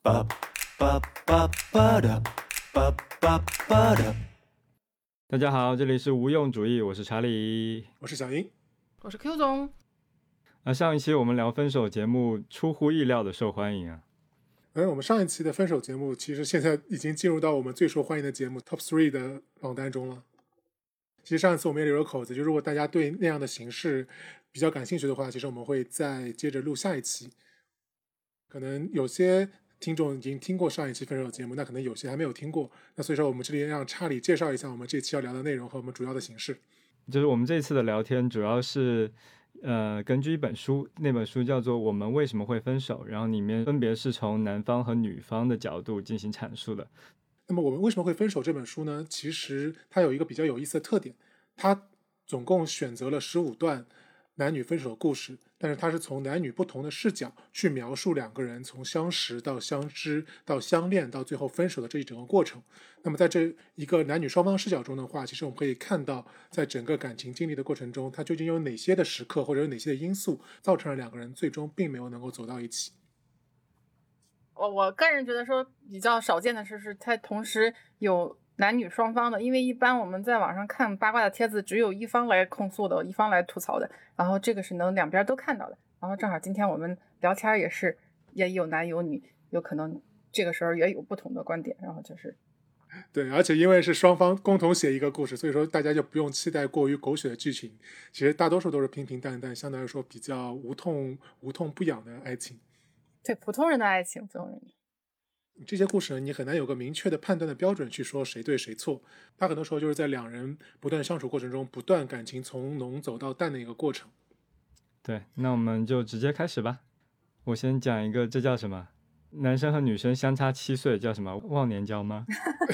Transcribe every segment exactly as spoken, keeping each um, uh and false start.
ba ba ba ba da ba ba ba da。大家好，这里是无用主义，我是查理， 我是小英， 我是 Q 总。 那上一期我们聊分手节目，出乎意料的受欢迎啊。 而我们上一期的分手节目，其实现在已经进入到我们最受欢迎的节目 Top 三 的榜单中了。其实上一次我们也留了口子，就如果大家对那样的形式比较感兴趣的话，其实我们会再接着录下一期。可能有些听众已经听过上一期分手节目，那可能有些还没有听过。那所以说我们这里让查理介绍一下我们这期要聊的内容和我们主要的形式。 就是我们这次的聊天主要是呃，根据一本书，那本书叫做《我们为什么会分手》，然后里面分别是从男方和女方的角度进行阐述的。 那么我们为什么会分手这本书呢？其实它有一个比较有意思的特点，它总共选择了十五段男女分手的故事，但是它是从男女不同的视角去描述两个人从相识到相知到相恋到最后分手的这一整个过程。那么在这一个男女双方视角中的话，其实我们可以看到在整个感情经历的过程中，它究竟有哪些的时刻或者有哪些的因素造成了两个人最终并没有能够走到一起。 我我个人觉得说比较少见的是是它同时有男女双方的，因为一般我们在网上看八卦的帖子只有一方来控诉的，一方来吐槽的，然后这个是能两边都看到的。然后正好今天我们聊天也是也有男有女，有可能这个时候也有不同的观点，然后就是对，而且因为是双方共同写一个故事，所以说大家就不用期待过于狗血的剧情，其实大多数都是平平淡淡，相对来说比较无痛无痛不痒的爱情。 对，普通人的爱情，普通人这些故事你很难有个明确的判断的标准去说谁对谁错，它很多时候就是在两人不断相处过程中，不断感情从浓走到淡的一个过程。 对，那我们就直接开始吧。我先讲一个，这叫什么？男生和女生相差七岁，叫什么？忘年交吗？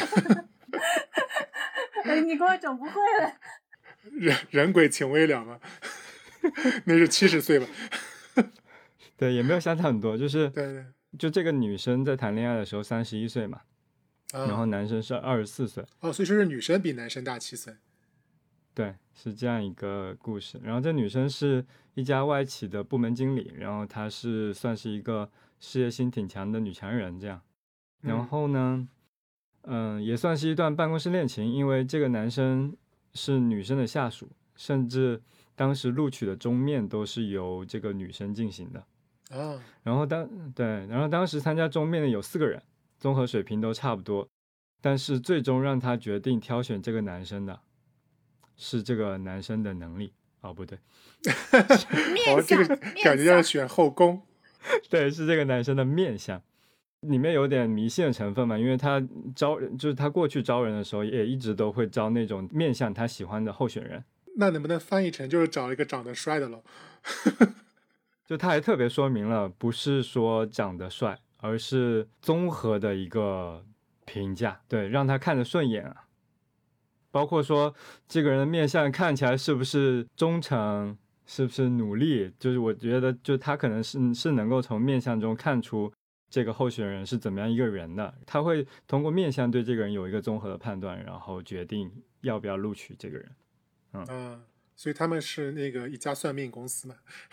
哎，你给我整不会了。 人人鬼情未了吗？那是七十岁吧？ 对，也没有相差很多，就是对对， 就这个女生在谈恋爱的时候三十一岁嘛， 啊、 然后男生是二十四岁。 哦，所以说是女生比男生大七岁。 对，是这样一个故事。然后这女生是一家外企的部门经理，然后她是算是一个事业心挺强的女强人这样。然后呢，嗯、呃，也算是一段办公室恋情，因为这个男生是女生的下属，甚至当时录取的终面都是由这个女生进行的。 啊， 然后当对，然后当时参加终面的有四个人，综合水平都差不多，但是最终让他决定挑选这个男生的是这个男生的能力。哦，不对， 哦，这个感觉要选后宫。 对，是这个男生的面相，里面有点迷信的成分嘛，因为他招就是他过去招人的时候也一直都会招那种面相他喜欢的候选人。 那能不能翻译成就是找一个长得帅的咯？ 就他还特别说明了，不是说长得帅，而是综合的一个评价，对，让他看着顺眼啊。包括说这个人的面相看起来是不是忠诚，是不是努力，就是我觉得就他可能是是能够从面相中看出这个候选人是怎么样一个人的，他会通过面相对这个人有一个综合的判断，然后决定要不要录取这个人。嗯， 啊，所以他们是那个一家算命公司嘛？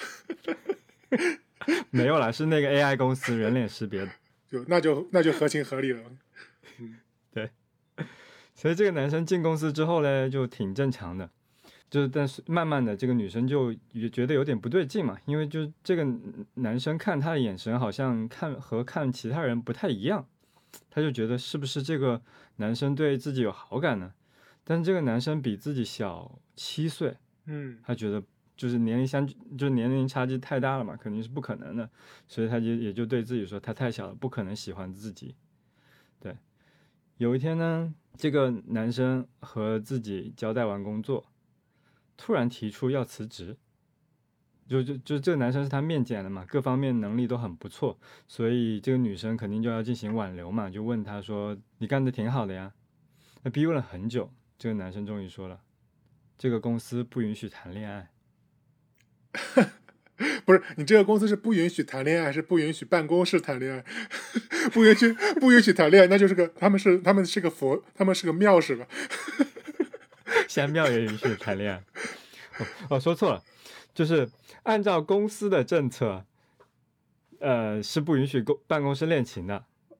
没有啦，是那个 A I 公司人脸识别的， 就那就那就合情合理了。 嗯，对。所以这个男生进公司之后呢，就挺正常的，就是但是慢慢的这个女生就也觉得有点不对劲嘛，因为就这个男生看他的眼神好像看和看其他人不太一样，他就觉得是不是这个男生对自己有好感呢？但是这个男生比自己小七岁， 嗯， 他觉得就是年龄相就是年龄差距太大了嘛，肯定是不可能的，所以他就也就对自己说他太小了，不可能喜欢自己。对，有一天呢，这个男生和自己交代完工作，突然提出要辞职。就就就这个男生是他面检的嘛，各方面能力都很不错，所以这个女生肯定就要进行挽留嘛，就问他说：“你干得挺好的呀。”那逼问了很久，这个男生终于说了：“这个公司不允许谈恋爱。” 不是，你这个公司是不允许谈恋爱，还是不允许办公室谈恋爱？不允许不允许谈恋爱，那就是个他们是他们是个佛，他们是个庙是吧？ 仙庙也允许谈恋爱。哦，哦说错了，就是按照公司的政策，呃，是不允许公办公室恋情的。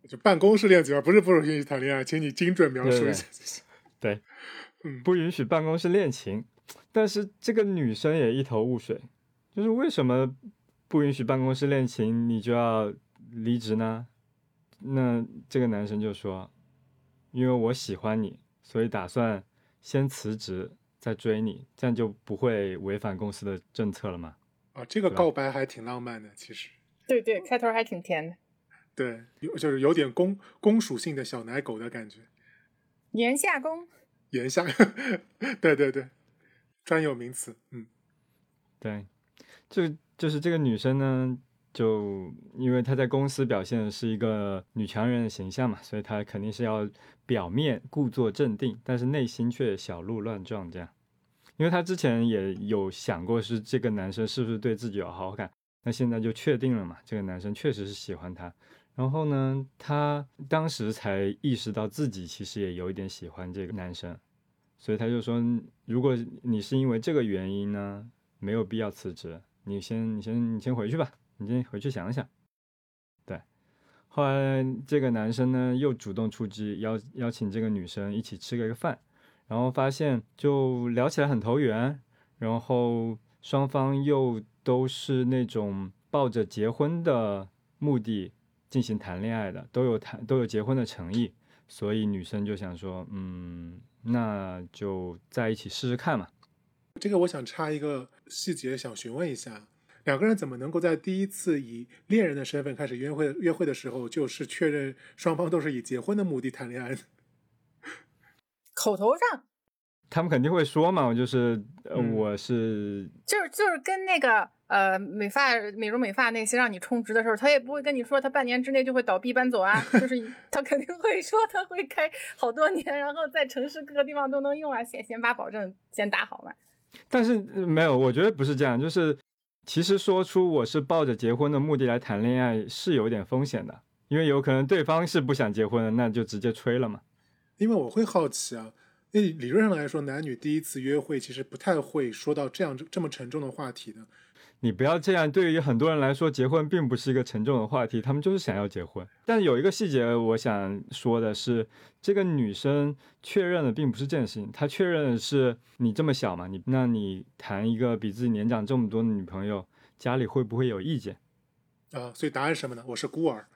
就办公室恋情不是不允许谈恋爱，请你精准描述一下。 对，对嗯， 不允许办公室恋情，但是这个女生也一头雾水，就是为什么不允许办公室恋情，你就要离职呢？那这个男生就说，因为我喜欢你，所以打算先辞职再追你，这样就不会违反公司的政策了嘛。 啊，这个告白还挺浪漫的，其实。 对对，开头还挺甜的。 对，有就是有点公公属性的小奶狗的感觉。 言下公。 言下，对对对，专有名词。嗯， 对，就就是这个女生呢，就因为她在公司表现的是一个女强人的形象嘛，所以她肯定是要表面故作镇定，但是内心却小鹿乱撞这样。因为她之前也有想过是这个男生是不是对自己有好感，那现在就确定了嘛，这个男生确实是喜欢她。然后呢，她当时才意识到自己其实也有一点喜欢这个男生，所以她就说，如果你是因为这个原因呢，没有必要辞职，你先你先你先回去吧，你先回去想想。对，后来这个男生呢又主动出击，邀邀请这个女生一起吃个饭，然后发现就聊起来很投缘，然后双方又都是那种抱着结婚的目的进行谈恋爱的，都有谈都有结婚的诚意，所以女生就想说，嗯，那就在一起试试看嘛。 这个我想插一个细节，想询问一下，两个人怎么能够在第一次以恋人的身份开始约会约会的时候，就是确认双方都是以结婚的目的谈恋爱的？ 口头上， 他们肯定会说嘛，就是呃， 嗯我是就是就是跟那个呃美发美容美发那些让你充值的时候，他也不会跟你说他半年之内就会倒闭搬走啊，就是他肯定会说他会开好多年，然后在城市各个地方都能用啊，先先把保证先打好嘛。 但是呃没有，我觉得不是这样，就是其实说出我是抱着结婚的目的来谈恋爱是有点风险的，因为有可能对方是不想结婚的，那就直接吹了嘛。 因为我会好奇啊，因为理论上来说，男女第一次约会其实不太会说到这样这么沉重的话题的。 你不要这样，对于很多人来说，结婚并不是一个沉重的话题，他们就是想要结婚。但有一个细节我想说的是，这个女生确认的并不是这件事情，她确认的是你这么小嘛，你那你谈一个比自己年长这么多的女朋友，家里会不会有意见啊？所以答案是什么呢？我是孤儿。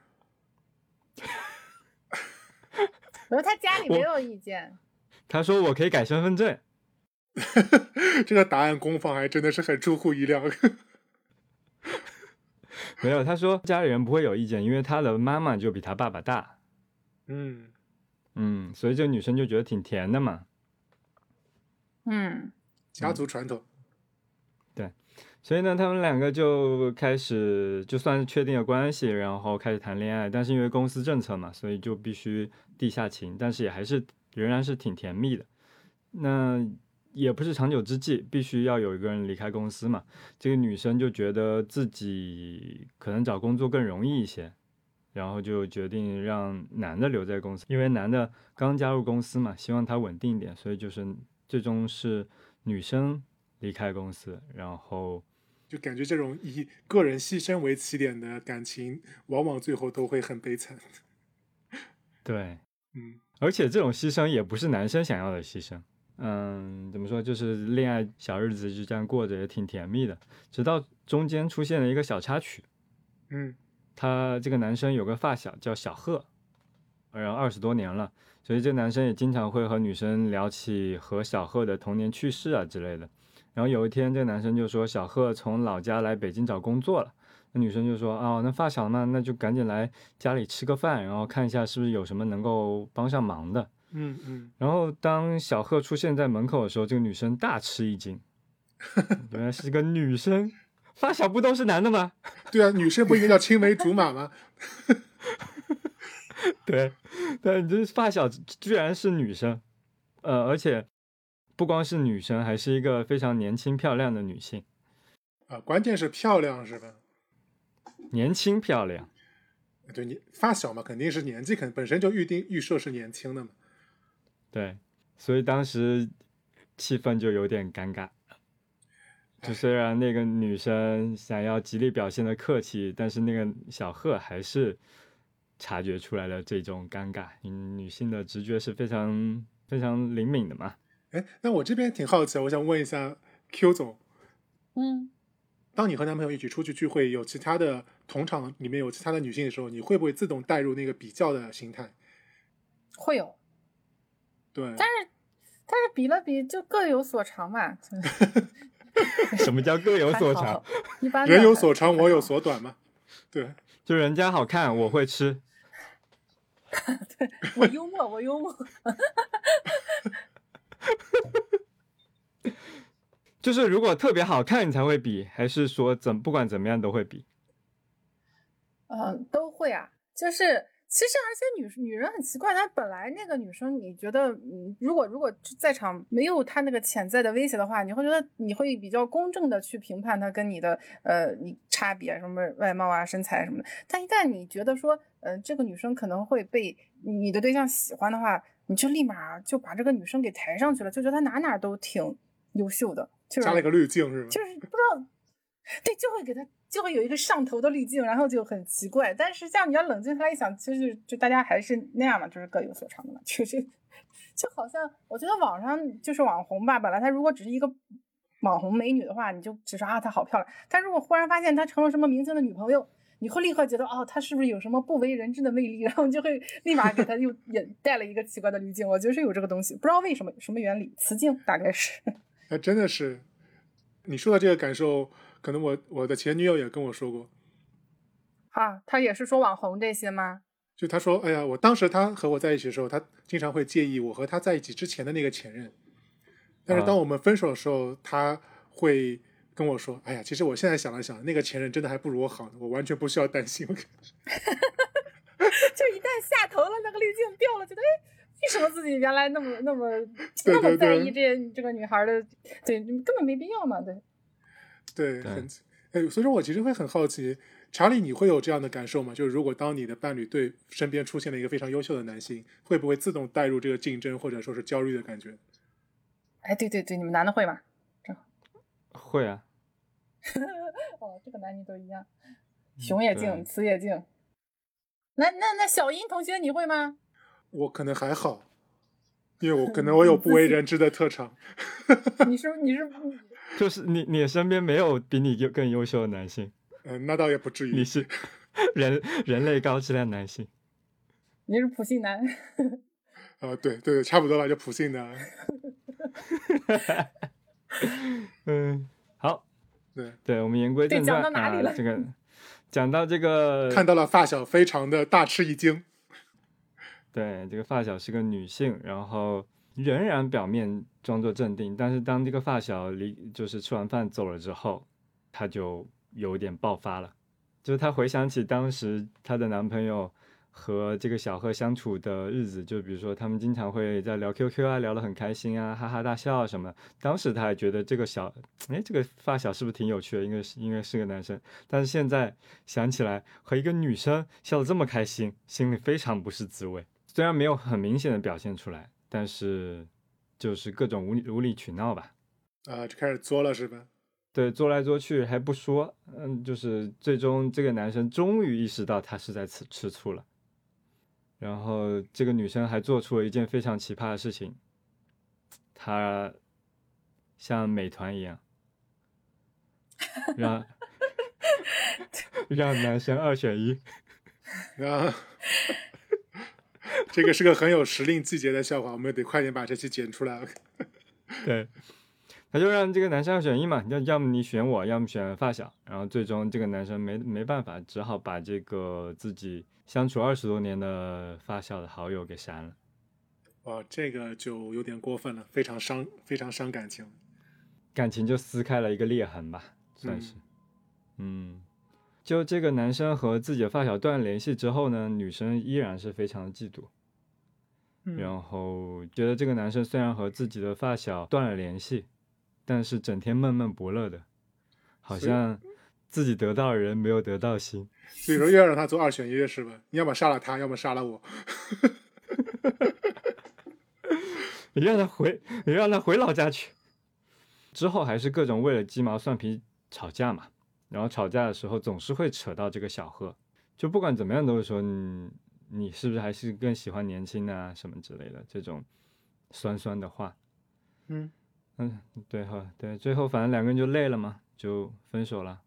我说他家里没有意见， 她说我可以改身份证。 这个答案攻方还真的是很出乎意料。 没有，他说家里人不会有意见，因为他的妈妈就比他爸爸大。 嗯嗯，所以这个女生就觉得挺甜的嘛。 嗯， 家族传统。 对，所以呢，他们两个就开始就算是确定了关系，然后开始谈恋爱。但是因为公司政策嘛，所以就必须地下情，但是也还是仍然是挺甜蜜的。那也不是长久之计，必须要有一个人离开公司嘛。这个女生就觉得自己可能找工作更容易一些，然后就决定让男的留在公司，因为男的刚加入公司嘛，希望他稳定一点，所以就是最终是女生离开公司，然后就感觉这种以个人牺牲为起点的感情，往往最后都会很悲惨。 对， 嗯， 而且这种牺牲也不是男生想要的牺牲。嗯，怎么说，就是恋爱小日子就这样过着也挺甜蜜的，直到中间出现了一个小插曲。 嗯， 他这个男生有个发小叫小贺，然后二十多年了，所以这个男生也经常会和女生聊起和小贺的童年趣事啊之类的。然后有一天，这个男生就说小贺从老家来北京找工作了，那女生就说哦，那发小嘛，那就赶紧来家里吃个饭，然后看一下是不是有什么能够帮上忙的。 嗯嗯， 然后当小贺出现在门口的时候，这个女生大吃一惊，原来是个女生，发小不都是男的吗？ 对啊，女生不应该叫青梅竹马吗？ 对，但你这发小居然是女生，呃，而且不光是女生，还是一个非常年轻漂亮的女性。 啊，关键是漂亮是吧？ 年轻漂亮， 对，你发小嘛，肯定是年纪肯本身就预定预设是年轻的嘛。 对，所以当时气氛就有点尴尬。就虽然那个女生想要极力表现的客气，但是那个小贺还是察觉出来了这种尴尬。女性的直觉是非常非常灵敏的嘛。 哎，那我这边挺好奇，我想问一下 Q 总， 嗯， 当你和男朋友一起出去聚会，有其他的同场里面有其他的女性的时候，你会不会自动带入那个比较的心态？ 会有， 对， 但是但是比了比就各有所长嘛。 什么叫各有所长？ 还好一般人有所长，我有所短嘛。对， 就人家好看，我会吃。 对，我幽默，我幽默。 就是如果特别好看你才会比，还是说怎不管怎么样都会比？ 嗯，都会啊。就是其实而且女女人很奇怪，她本来那个女生，你觉得，嗯，如果如果在场没有她那个潜在的威胁的话，你会觉得你会比较公正的去评判她跟你的呃你差别，什么外貌啊、身材什么的。但一旦你觉得说，呃，这个女生可能会被你的对象喜欢的话，你就立马就把这个女生给抬上去了，就觉得她哪哪都挺优秀的，就是加了一个滤镜是吧？ 就是不知道，对，就会给他就会有一个上头的滤镜，然后就很奇怪。但是这样你要冷静下来一想，其实就大家还是那样嘛，就是各有所长的嘛，就是就好像我觉得网上就是网红吧，本来她如果只是一个网红美女的话，你就只说啊她好漂亮，但如果忽然发现她成了什么明星的女朋友，你会立刻觉得哦，她是不是有什么不为人知的魅力，然后你就会立马给她又也带了一个奇怪的滤镜。我觉得是有这个东西，不知道为什么，什么原理，雌竞大概是。 哎，真的是，你说的这个感受，可能我我的前女友也跟我说过。 啊，她也是说网红这些吗？ 就她说，哎呀，我当时她和我在一起的时候，她经常会介意我和她在一起之前的那个前任，但是当我们分手的时候，她会跟我说，哎呀，其实我现在想了想，那个前任真的还不如我好呢，我完全不需要担心。就一旦下头了，那个滤镜掉了，觉得哎。为什么自己原来那么那么对那么在意这这个女孩的？对，根本没必要嘛。对， 对，很哎，所以说我其实会很好奇，查理，你会有这样的感受吗？就是如果当你的伴侣对身边出现了一个非常优秀的男性，会不会自动带入这个竞争或者说是焦虑的感觉？ 哎，对对对，你们男的会吗？正好会啊。 哦，这个男女都一样，雄也竞，雌也竞。那那那小英同学你会吗？ 我可能还好，因为我可能我有不为人知的特长。 你是你是就是你你身边没有比你更优秀的男性。 嗯、呃，那倒也不至于。 你是人人类高质量男性。 你是普信男。 呃，对对，差不多吧，就普信男。 嗯，好， 对对，我们言归正传。 讲到哪里了？ 啊、这个讲到这个， 看到了发小，非常的大吃一惊。 对，这个发小是个女性，然后仍然表面装作镇定，但是当这个发小离就是吃完饭走了之后，她就有点爆发了。就是她回想起当时她的男朋友和这个小贺相处的日子，就比如说他们经常会在聊 Q Q 啊，聊得很开心啊，哈哈大笑什么的。当时她还觉得这个小，哎，这个发小是不是挺有趣的？因为是因为是个男生，但是现在想起来和一个女生笑得这么开心，心里非常不是滋味。虽然没有很明显的表现出来，但是就是各种无理无理取闹吧。 啊，就开始作了是吧？ 对，作来作去还不说，嗯，就是最终这个男生终于意识到他是在吃吃醋了。然后这个女生还做出了一件非常奇葩的事情，她像美团一样，让让男生二选一。 啊，这个是个很有时令季节的笑话，我们得快点把这期剪出来。 对，他就让这个男生二选一嘛，要要么你选我，要么选发小。然后最终这个男生没没办法，只好把这个自己相处二十多年的发小的好友给删了。 哇，这个就有点过分了，非常伤，非常伤感情， 感情就撕开了一个裂痕吧，算是。嗯, 嗯，就这个男生和自己的发小断了联系之后呢，女生依然是非常的嫉妒。然后觉得这个男生虽然和自己的发小断了联系，但是整天闷闷不乐的，好像自己得到的人没有得到心。 所以说又要让他做二选一是吧？你要么杀了他，要么杀了我。 你让他回，你让他回老家去。之后还是各种为了鸡毛蒜皮吵架嘛，然后吵架的时候总是会扯到这个小贺，就不管怎么样都是说，嗯， 你是不是还是更喜欢年轻的啊什么之类的这种酸酸的话。 嗯嗯，对哈，对，最后反正两个人就累了嘛，就分手了。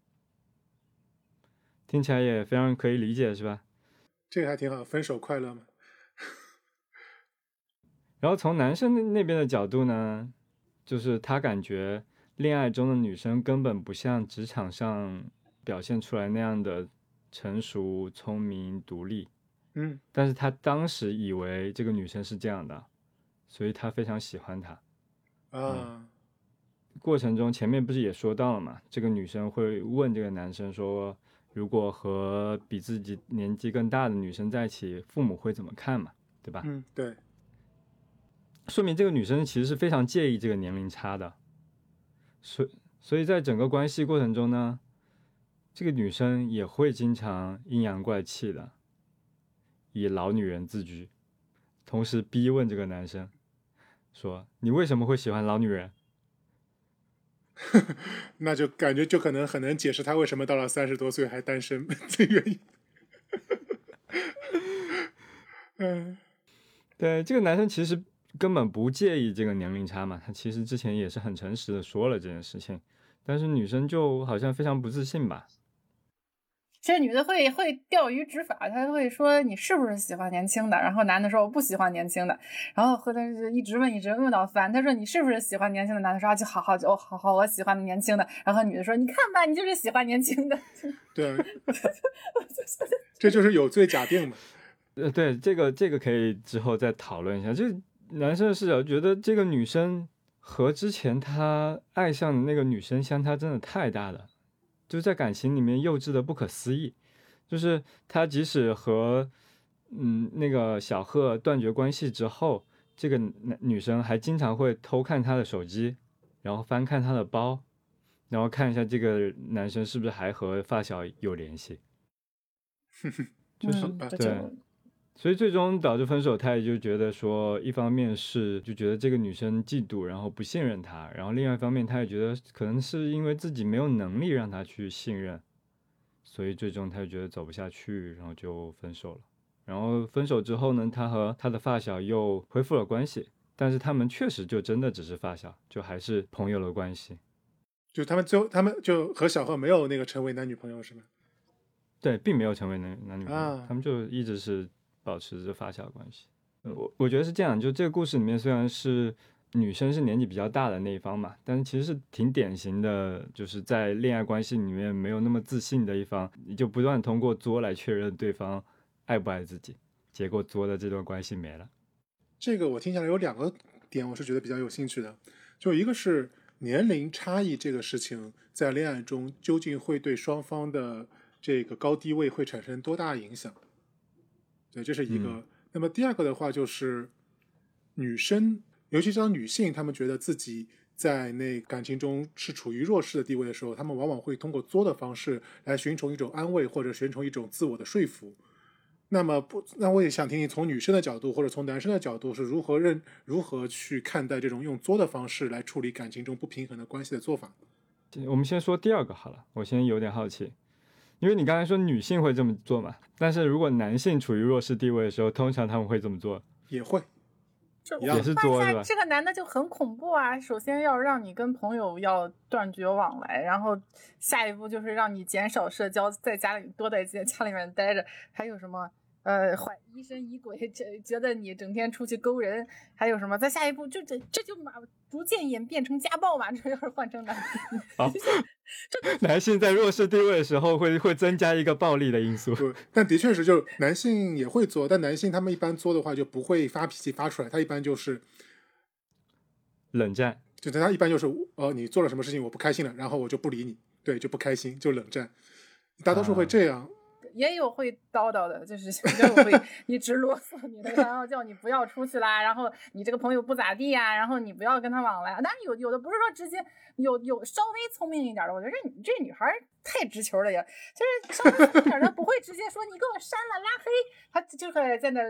听起来也非常可以理解，是吧？ 这个还挺好，分手快乐嘛。 然后从男生那边的角度呢，就是他感觉恋爱中的女生根本不像职场上表现出来那样的成熟、聪明、独立。 嗯， 但是他当时以为这个女生是这样的，所以他非常喜欢她。 啊、 嗯，过程中前面不是也说到了嘛，这个女生会问这个男生说，如果和比自己年纪更大的女生在一起，父母会怎么看嘛，对吧？ 嗯，对， 说明这个女生其实是非常介意这个年龄差的，所所以在整个关系过程中呢，这个女生也会经常阴阳怪气的，以老女人自居，同时逼问这个男生说，你为什么会喜欢老女人？ 那就感觉就可能很能解释他为什么到了三十多岁还单身这原因。嗯， 对，这个男生其实根本不介意这个年龄差嘛，他其实之前也是很诚实的说了这件事情，但是女生就好像非常不自信吧。 这女的会会钓鱼执法，她会说你是不是喜欢年轻的，然后男的说我不喜欢年轻的，然后和他一直问一直问到烦，他说你是不是喜欢年轻的，男的说啊就好好就哦好好我喜欢年轻的，然后女的说你看吧你就是喜欢年轻的。 对，这就是有罪假定嘛。 呃，对，这个这个可以之后再讨论一下。这男生的视角觉得这个女生和之前他爱上的那个女生相差真的太大了，就在感情里面幼稚的不可思议。就是他即使和嗯那个小贺断绝关系之后，这个女生还经常会偷看他的手机，然后翻看他的包，然后看一下这个男生是不是还和发小有联系。就是、 嗯、 对，所以最终导致分手，他也就觉得说，一方面是就觉得这个女生嫉妒，然后不信任他，然后另外一方面他也觉得可能是因为自己没有能力让他去信任，所以最终他就觉得走不下去，然后就分手了。然后分手之后呢，他和他的发小又恢复了关系，但是他们确实就真的只是发小，就还是朋友的关系。 就他们最后，他们就和小贺没有那个成为男女朋友是吧？ 对，并没有成为男男女朋友、 啊， 他们就一直是保持着发小关系。我我觉得是这样，就这个故事里面虽然是女生是年纪比较大的那一方嘛，但是其实是挺典型的，就是在恋爱关系里面没有那么自信的一方，你就不断通过作来确认对方爱不爱自己，结果作的这段关系没了。 这个我听下来有两个点，我是觉得比较有兴趣的，就一个是年龄差异这个事情在恋爱中究竟会对双方的这个高低位会产生多大影响？对，这是一个。嗯、那么第二个的话就是女生，尤其是当女性，她们觉得自己在那感情中是处于弱势的地位的时候，她们往往会通过作的方式来寻求一种安慰，或者寻求一种自我的说服。那么不，那我也想听听从女生的角度或者从男生的角度是如何认如何去看待这种用作的方式来处理感情中不平衡的关系的做法。 我们先说第二个好了，我先有点好奇，因为你刚才说女性会这么做嘛，但是如果男性处于弱势地位的时候，通常他们会这么做？ 也会， 也是作是吧？ 这个男的就很恐怖啊！首先要让你跟朋友要断绝往来，然后下一步就是让你减少社交，在家里多在家里面待着，还有什么？呃，怀疑神疑鬼，这觉得你整天出去勾人，还有什么？再下一步就这这就嘛逐渐演变成家暴嘛，这要是换成男， 好，男性在弱势地位的时候会会增加一个暴力的因素。 对，但的确是，就男性也会作，但男性他们一般作的话就不会发脾气发出来，他一般就是冷战， 就他一般就是呃，你做了什么事情我不开心了，然后我就不理你，对，就不开心就冷战，大多数会这样。啊， 也有会叨叨的，就是也有会一直啰嗦你的，然后叫你不要出去啦，然后你这个朋友不咋地呀、啊，然后你不要跟他往来。当然有有的不是说直接，有有稍微聪明一点的，我觉得这这女孩太直球了也，就是稍微聪明一点的不会直接说你给我删了拉黑，她就会在那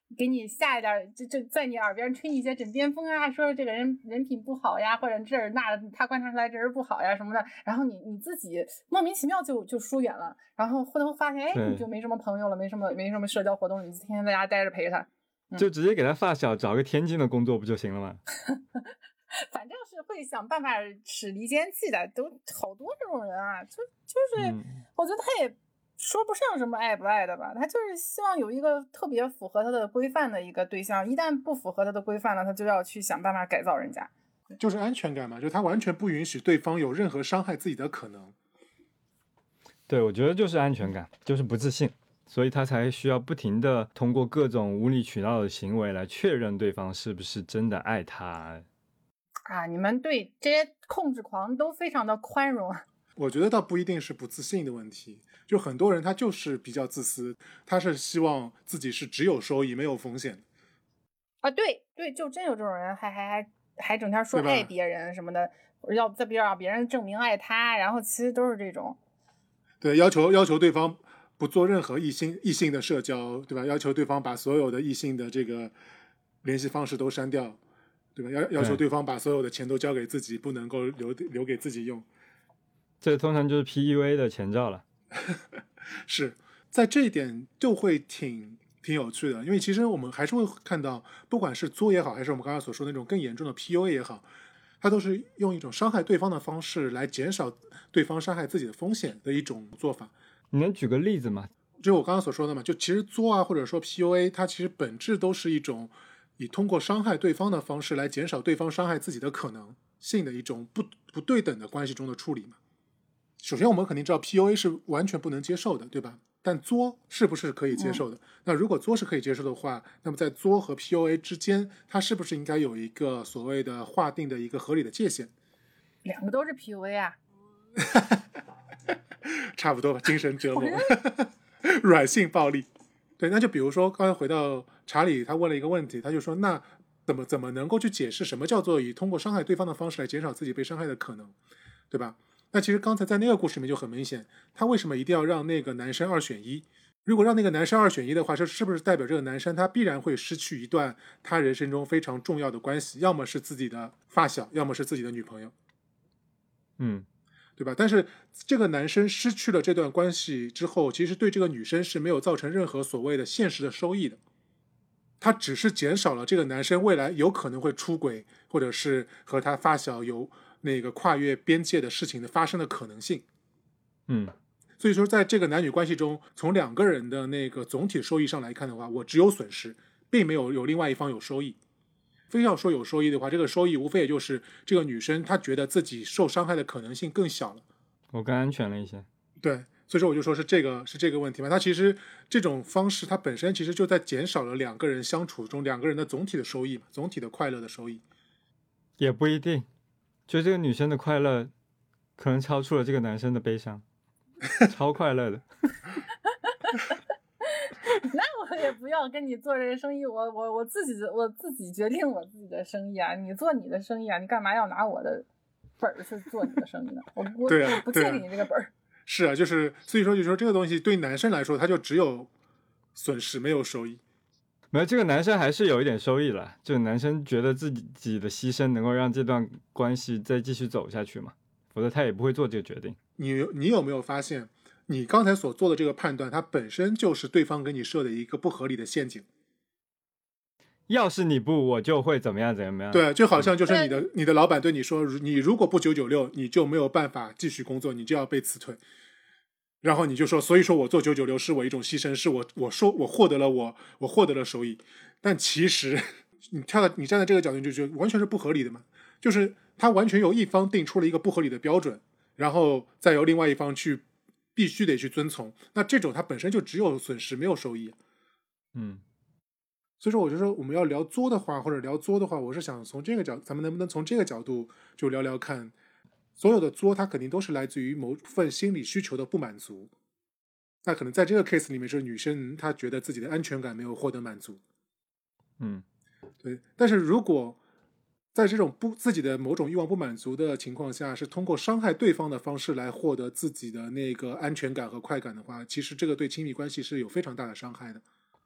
给你下一点，就就在你耳边吹一些枕边风啊，说这个人人品不好呀，或者这儿那他观察出来这人不好呀什么的，然后你你自己莫名其妙就就疏远了，然后回头发现，哎，你就没什么朋友了，没什么没什么社交活动，你就天天在家待着陪他， 嗯、就直接给他发小找个天津的工作不就行了吗？ 反正是会想办法使离间计的，都好多这种人啊，就就是、嗯、我觉得他也说不上什么爱不爱的吧，他就是希望有一个特别符合他的规范的一个对象，一旦不符合他的规范了，他就要去想办法改造人家， 就是安全感嘛，就他完全不允许对方有任何伤害自己的可能。 对，我觉得就是安全感，就是不自信，所以他才需要不停的通过各种无理取闹的行为来确认对方是不是真的爱他。 啊，你们对这些控制狂都非常的宽容。 我觉得倒不一定是不自信的问题，就很多人他就是比较自私，他是希望自己是只有收益没有风险啊，对对，就真有这种人，还还还还整天说爱别人什么的，要在别让别人证明爱他，然后其实都是这种。 对，要求要求对方不做任何异性异性的社交，对吧？要求对方把所有的异性的这个联系方式都删掉，对吧？要要求对方把所有的钱都交给自己，不能够留留给自己用。 这通常就是 P U A 的前兆了。 是在这一点就会挺挺有趣的，因为其实我们还是会看到，不管是作也好，还是我们刚才所说的那种更严重的 P U A 也好，它都是用一种伤害对方的方式来减少对方伤害自己的风险的一种做法。 你能举个例子吗？ 就我刚刚所说的嘛，就其实作啊，或者说 P U A， 它其实本质都是一种以通过伤害对方的方式来减少对方伤害自己的可能性的一种不不对等的关系中的处理嘛。首先我们肯定知道 P U A 是完全不能接受的，对吧？但作是不是可以接受的、嗯、那如果作是可以接受的话，那么在作和 P U A 之间，它是不是应该有一个所谓的划定的一个合理的界限？ 两个都是 P U A 啊。 差不多吧，精神折磨软性暴力。对，那就比如说刚才回到查理，他问了一个问题，他就说那怎么怎么能够去解释什么叫做以通过伤害对方的方式来减少自己被伤害的可能，对吧？那其实刚才在那个故事里面就很明显，他为什么一定要让那个男生二选一？如果让那个男生二选一的话，这是不是代表这个男生他必然会失去一段他人生中非常重要的关系，要么是自己的发小，要么是自己的女朋友， 嗯， 对吧？但是这个男生失去了这段关系之后，其实对这个女生是没有造成任何所谓的现实的收益的，他只是减少了这个男生未来有可能会出轨，或者是和他发小有那个跨越边界的事情的发生的可能性。 嗯， 所以说在这个男女关系中，从两个人的那个总体收益上来看的话，我只有损失，并没有有另外一方有收益。非要说有收益的话，这个收益无非也就是这个女生她觉得自己受伤害的可能性更小了， 我更安全了一些。 对，所以说我就说是这个是这个问题嘛。它其实这种方式它本身其实就在减少了两个人相处中两个人的总体的收益嘛，总体的快乐的收益。 也不一定，就这个女生的快乐可能超出了这个男生的悲伤，超快乐的。 那我也不要跟你做这个生意，我我我自己我自己决定我自己的生意啊，你做你的生意啊，你干嘛要拿我的本儿去做你的生意呢？我我对、啊、 我不借给你这个本儿。 是啊，就是所以说就是说这个东西对男生来说，他就只有损失没有收益。 没有，这个男生还是有一点收益了，这个男生觉得自己的牺牲能够让这段关系再继续走下去嘛，否则他也不会做这个决定。 你你有没有发现，你刚才所做的这个判断，它本身就是对方给你设的一个不合理的陷阱。 要是你不，我就会怎么样怎么样。 对，就好像就是你的、嗯、你的老板对你说，你如果不九九六，你就没有办法继续工作，你就要被辞退。然后你就说，所以说我做九九六是我一种牺牲，是我我说我获得了我我获得了收益。但其实你跳到你站在这个角度，就觉得完全是不合理的嘛。就是他完全由一方定出了一个不合理的标准，然后再由另外一方去必须得去遵从。那这种它本身就只有损失没有收益。 嗯。 所以说我就说我们要聊作的话，或者聊作的话，我是想从这个角咱们能不能从这个角度就聊聊看，所有的作它肯定都是来自于某份心理需求的不满足。那可能在这个 case 里面是女生她觉得自己的安全感没有获得满足。 嗯， 对。但是如果在这种不自己的某种欲望不满足的情况下，是通过伤害对方的方式来获得自己的那个安全感和快感的话，其实这个对亲密关系是有非常大的伤害的。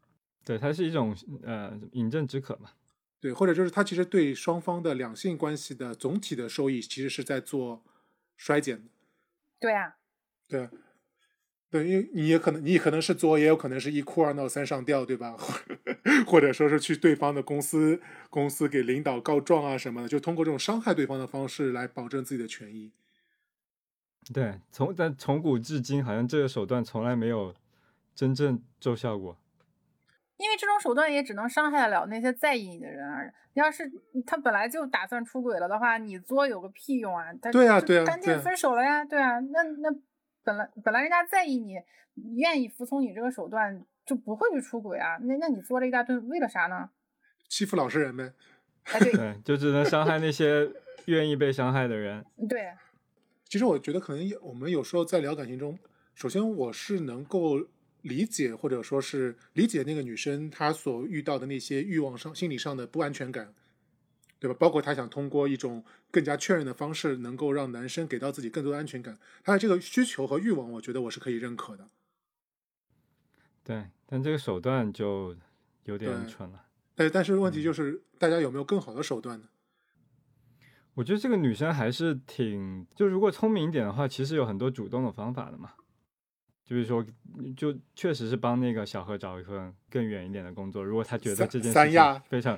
对，它是一种呃饮鸩止渴嘛。 对，或者就是他其实对双方的两性关系的总体的收益其实是在做衰减的。 对啊， 对，对，因为你也可能你可能是作，也有可能是一哭二闹三上吊，对吧？或者说是去对方的公司公司给领导告状啊什么的，就通过这种伤害对方的方式来保证自己的权益。 对，从但从古至今，好像这个手段从来没有真正奏效过。 因为这种手段也只能伤害得了那些在意你的人而要是他本来就打算出轨了的话，你作有个屁用啊！他对啊，对啊， 赶紧分手了呀！对啊，那那本来本来人家在意你，愿意服从你这个手段，就不会去出轨啊。那那你作了一大堆，为了啥呢？ 欺负老实人呗。 哎，对对，就只能伤害那些愿意被伤害的人。 对， 其实我觉得可能我们有时候在聊感情中，首先我是能够理解或者说是理解那个女生她所遇到的那些欲望上心理上的不安全感，对吧？包括她想通过一种更加确认的方式能够让男生给到自己更多的安全感，她的这个需求和欲望我觉得我是可以认可的。 对，但这个手段就有点蠢了。 但但是问题就是、嗯、大家有没有更好的手段呢？ 我觉得这个女生还是挺，就如果聪明一点的话，其实有很多主动的方法的嘛。就比如说，就确实是帮那个小何找一份更远一点的工作。如果他觉得这件事情非常，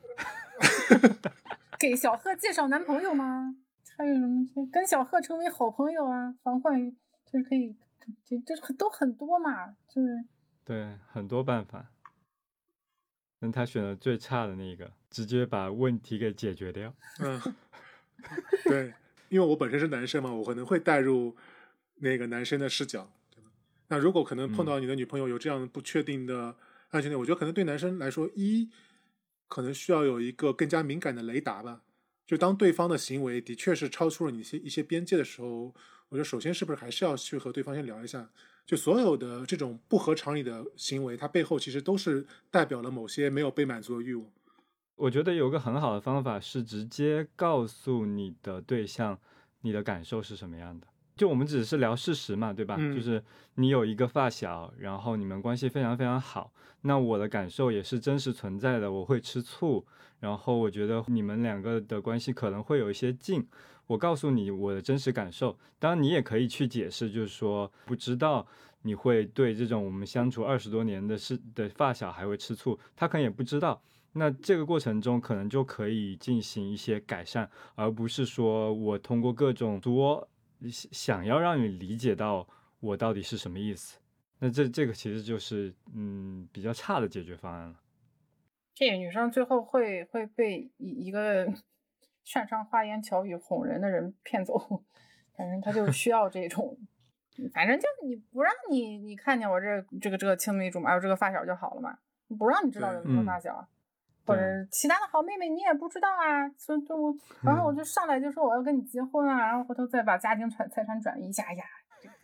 给小贺介绍男朋友吗？还有什么跟小贺成为好朋友啊？防患就是可以，这这都很多嘛，就是对很多办法。但他选了最差的那一个，直接把问题给解决掉。 嗯，对，因为我本身是男生嘛，我可能会带入那个男生的视角。那如果可能碰到你的女朋友有这样不确定的安全点、嗯、我觉得可能对男生来说，一可能需要有一个更加敏感的雷达吧。就当对方的行为的确是超出了你一些一些边界的时候，我觉得首先是不是还是要去和对方先聊一下，就所有的这种不合常理的行为，它背后其实都是代表了某些没有被满足的欲望。 我觉得有个很好的方法是直接告诉你的对象你的感受是什么样的。就我们只是聊事实嘛，对吧、嗯、就是你有一个发小，然后你们关系非常非常好，那我的感受也是真实存在的，我会吃醋，然后我觉得你们两个的关系可能会有一些近，我告诉你我的真实感受。当然你也可以去解释，就是说不知道你会对这种我们相处二十多年的事的发小还会吃醋，他可能也不知道，那这个过程中可能就可以进行一些改善，而不是说我通过各种多想要让你理解到我到底是什么意思。那这这个其实就是嗯比较差的解决方案了。 这个女生最后会会被一个擅长花言巧语哄人的人骗走，反正他就需要这种反正就你不让你你看见我这这个这个青梅竹马有这个发小就好了嘛，不让你知道有这个发小、嗯、或者其他的好妹妹你也不知道啊，就就然后我就上来就说我要跟你结婚啊、嗯、然后回头再把家庭财财产转移一下呀。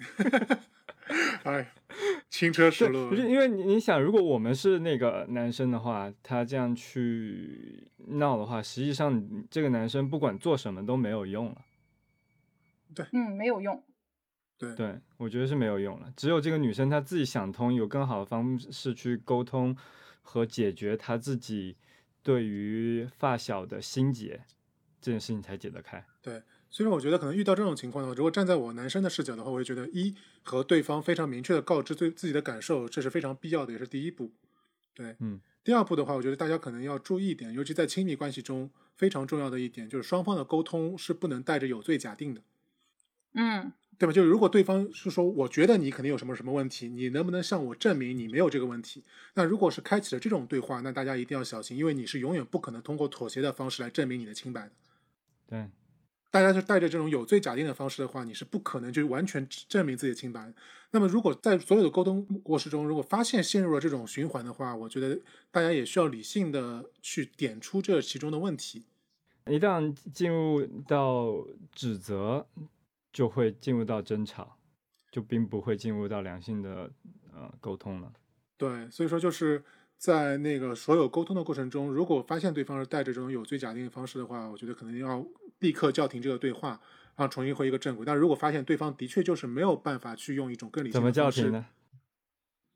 哎，轻车熟路。 因为你你想，如果我们是那个男生的话，他这样去闹的话，实际上这个男生不管做什么都没有用了。 对， 嗯，没有用。 对对，我觉得是没有用了。只有这个女生她自己想通，有更好的方式去沟通和解决她自己对于发小的心结，这件事情才解得开。 对。所以我觉得可能遇到这种情况的话，如果站在我男生的视角的话，我会觉得一和对方非常明确的告知对自己的感受，这是非常必要的，也是第一步。对， 嗯。 第二步的话，我觉得大家可能要注意一点，尤其在亲密关系中非常重要的一点，就是双方的沟通是不能带着有罪假定的。 嗯， 对吧？就是如果对方是说，我觉得你肯定有什么什么问题，你能不能向我证明你没有这个问题？那如果是开启了这种对话，那大家一定要小心，因为你是永远不可能通过妥协的方式来证明你的清白的。 对。 大家就带着这种有罪假定的方式的话，你是不可能就完全证明自己的清白。那么如果在所有的沟通过程中，如果发现陷入了这种循环的话，我觉得大家也需要理性的去点出这其中的问题。 一旦进入到指责，就会进入到争吵，就并不会进入到良性的呃沟通了。 对，所以说就是在那个所有沟通的过程中，如果发现对方是带着这种有罪假定的方式的话，我觉得可能要立刻叫停这个对话，然后重新回一个正轨。但如果发现对方的确就是没有办法去用一种更理性的方式， 怎么叫停呢？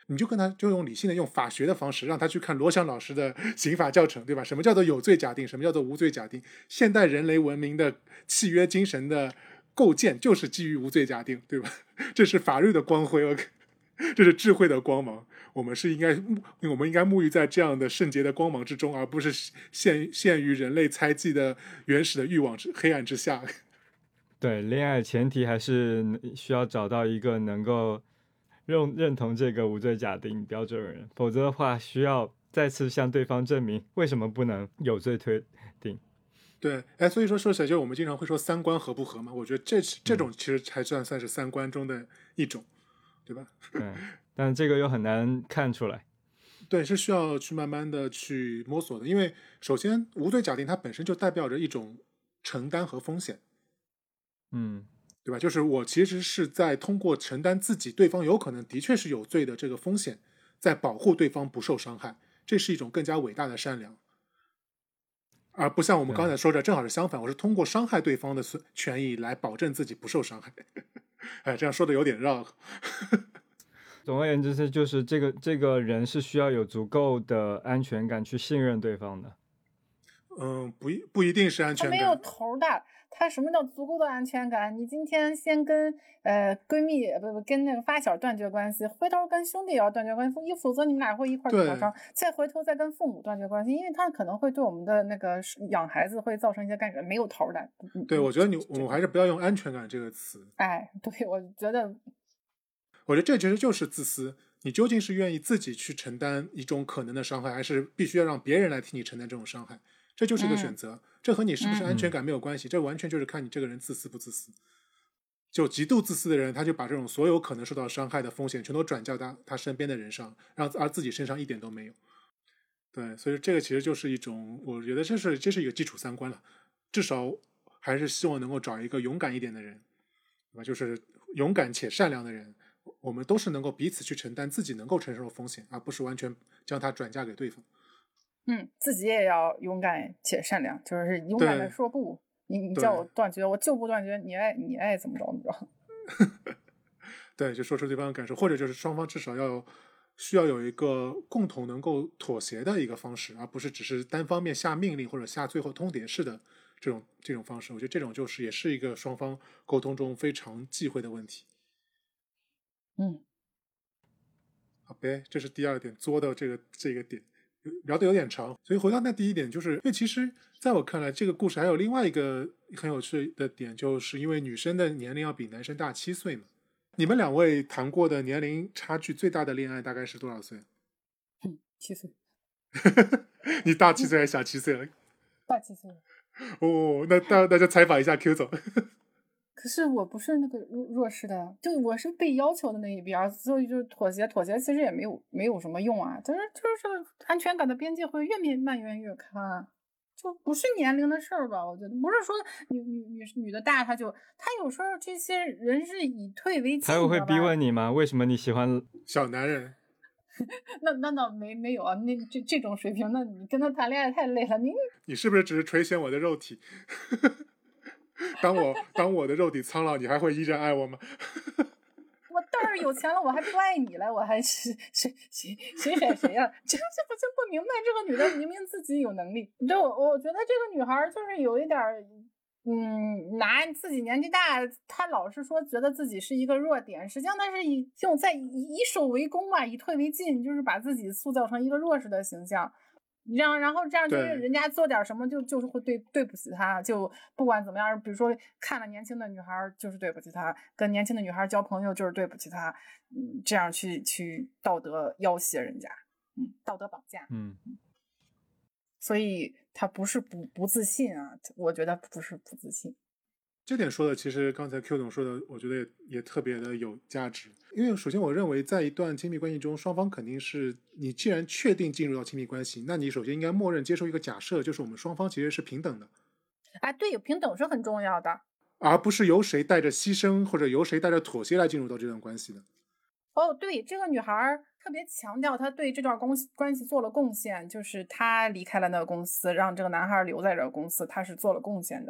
你就跟他就用理性的用法学的方式让他去看罗翔老师的刑法教程，对吧？什么叫做有罪假定，什么叫做无罪假定？现代人类文明的契约精神的构建就是基于无罪假定，对吧？这是法律的光辉，这是智慧的光芒。我们是应该，我们应该沐浴在这样的圣洁的光芒之中，而不是陷陷于人类猜忌的原始的欲望之黑暗之下。 对，恋爱前提还是需要找到一个能够认认同这个无罪假定标准的人，否则的话需要再次向对方证明为什么不能有罪推定。 对，哎，所以说说起来，就是我们经常会说三观合不合嘛，我觉得这这种其实还算算是三观中的一种，对吧？ 嗯，但这个又很难看出来。 对，是需要去慢慢的去摸索的，因为首先无罪假定它本身就代表着一种承担和风险。 嗯， 对吧？就是我其实是在通过承担自己对方有可能的确是有罪的这个风险，在保护对方不受伤害，这是一种更加伟大的善良，而不像我们刚才说的正好是相反，我是通过伤害对方的权益来保证自己不受伤害。哎，这样说的有点绕。 总而言之是就是这个这个人是需要有足够的安全感去信任对方的。 嗯，不一不一定是安全感， 他没有头的。他什么叫足够的安全感？你今天先跟呃闺蜜不不跟那个发小断绝关系，回头跟兄弟也要断绝关系，否则你们俩会一块儿受伤，再回头再跟父母断绝关系，因为他可能会对我们的那个养孩子会造成一些干扰，没有头的。 对，我觉得你我们还是不要用安全感这个词。 哎，对，我觉得， 我觉得这其实就是自私。你究竟是愿意自己去承担一种可能的伤害，还是必须要让别人来替你承担这种伤害？这就是一个选择，嗯、这和你是不是安全感没有关系，嗯、这完全就是看你这个人自私不自私。就极度自私的人，他就把这种所有可能受到伤害的风险全都转嫁到他身边的人上，让而自己身上一点都没有。对，所以这个其实就是一种，我觉得这是这是一个基础三观了，至少还是希望能够找一个勇敢一点的人，对吧？就是勇敢且善良的人，我们都是能够彼此去承担自己能够承受的风险，而不是完全将它转嫁给对方。 嗯，自己也要勇敢且善良，就是勇敢的说不。你你叫我断绝，我就不断绝，你爱你爱怎么着怎么着。 对，就说出对方的感受，或者就是双方至少要需要有一个共同能够妥协的一个方式，而不是只是单方面下命令或者下最后通牒式的这种这种方式。我觉得这种就是也是一个双方沟通中非常忌讳的问题。 嗯， 好呗，这是第二点，作的这个这个点。聊得有点长，所以回到那第一点，就是因为其实在我看来，这个故事还有另外一个很有趣的点，就是因为女生的年龄要比男生大七岁嘛。你们两位谈过的年龄差距最大的恋爱大概是多少岁？ 嗯，七岁。 你大七岁还是小七岁了？ 大七岁。 哦，那那那就采访一下 Q 总。 可是我不是那个弱弱势的，就我是被要求的那一边，所以就是妥协，妥协其实也没有没有什么用啊，就是就是安全感的边界会越蔓延越开，就不是年龄的事儿吧？我觉得不是说女女女女的大，他就他有时候这些人是以退为进， 他又会逼问你吗？为什么你喜欢小男人？ 那那倒没没有啊，那这这种水平，那你跟他谈恋爱太累了，你你是不是只是垂涎我的肉体？当我当我的肉体苍老，你还会依然爱我吗？ 我倒是有钱了，我还不爱你了，我还是谁谁谁选谁呀？这这不就不明白？这个女的明明自己有能力，就我我觉得这个女孩就是有一点，嗯，拿自己年纪大，她老是说觉得自己是一个弱点，实际上她是以用在以以守为攻嘛，以退为进，就是把自己塑造成一个弱势的形象。然然后这样就是人家做点什么就就是会对对不起他，就不管怎么样，比如说看了年轻的女孩就是对不起他，跟年轻的女孩交朋友就是对不起他，嗯，这样去去道德要挟人家，嗯，道德绑架， 嗯， 所以他不是不不自信啊，我觉得不是不自信。 这点说的，其实刚才 Q 总说的，我觉得 也, 也特别的有价值。因为首先我认为，在一段亲密关系中，双方肯定是你既然确定进入到亲密关系，那你首先应该默认接受一个假设，就是我们双方其实是平等的。 哎，对，平等是很重要的， 而不是由谁带着牺牲或者由谁带着妥协来进入到这段关系的。 哦，对，这个女孩特别强调她对这段公关系做了贡献，就是她离开了那个公司，让这个男孩留在这个公司，她是做了贡献的。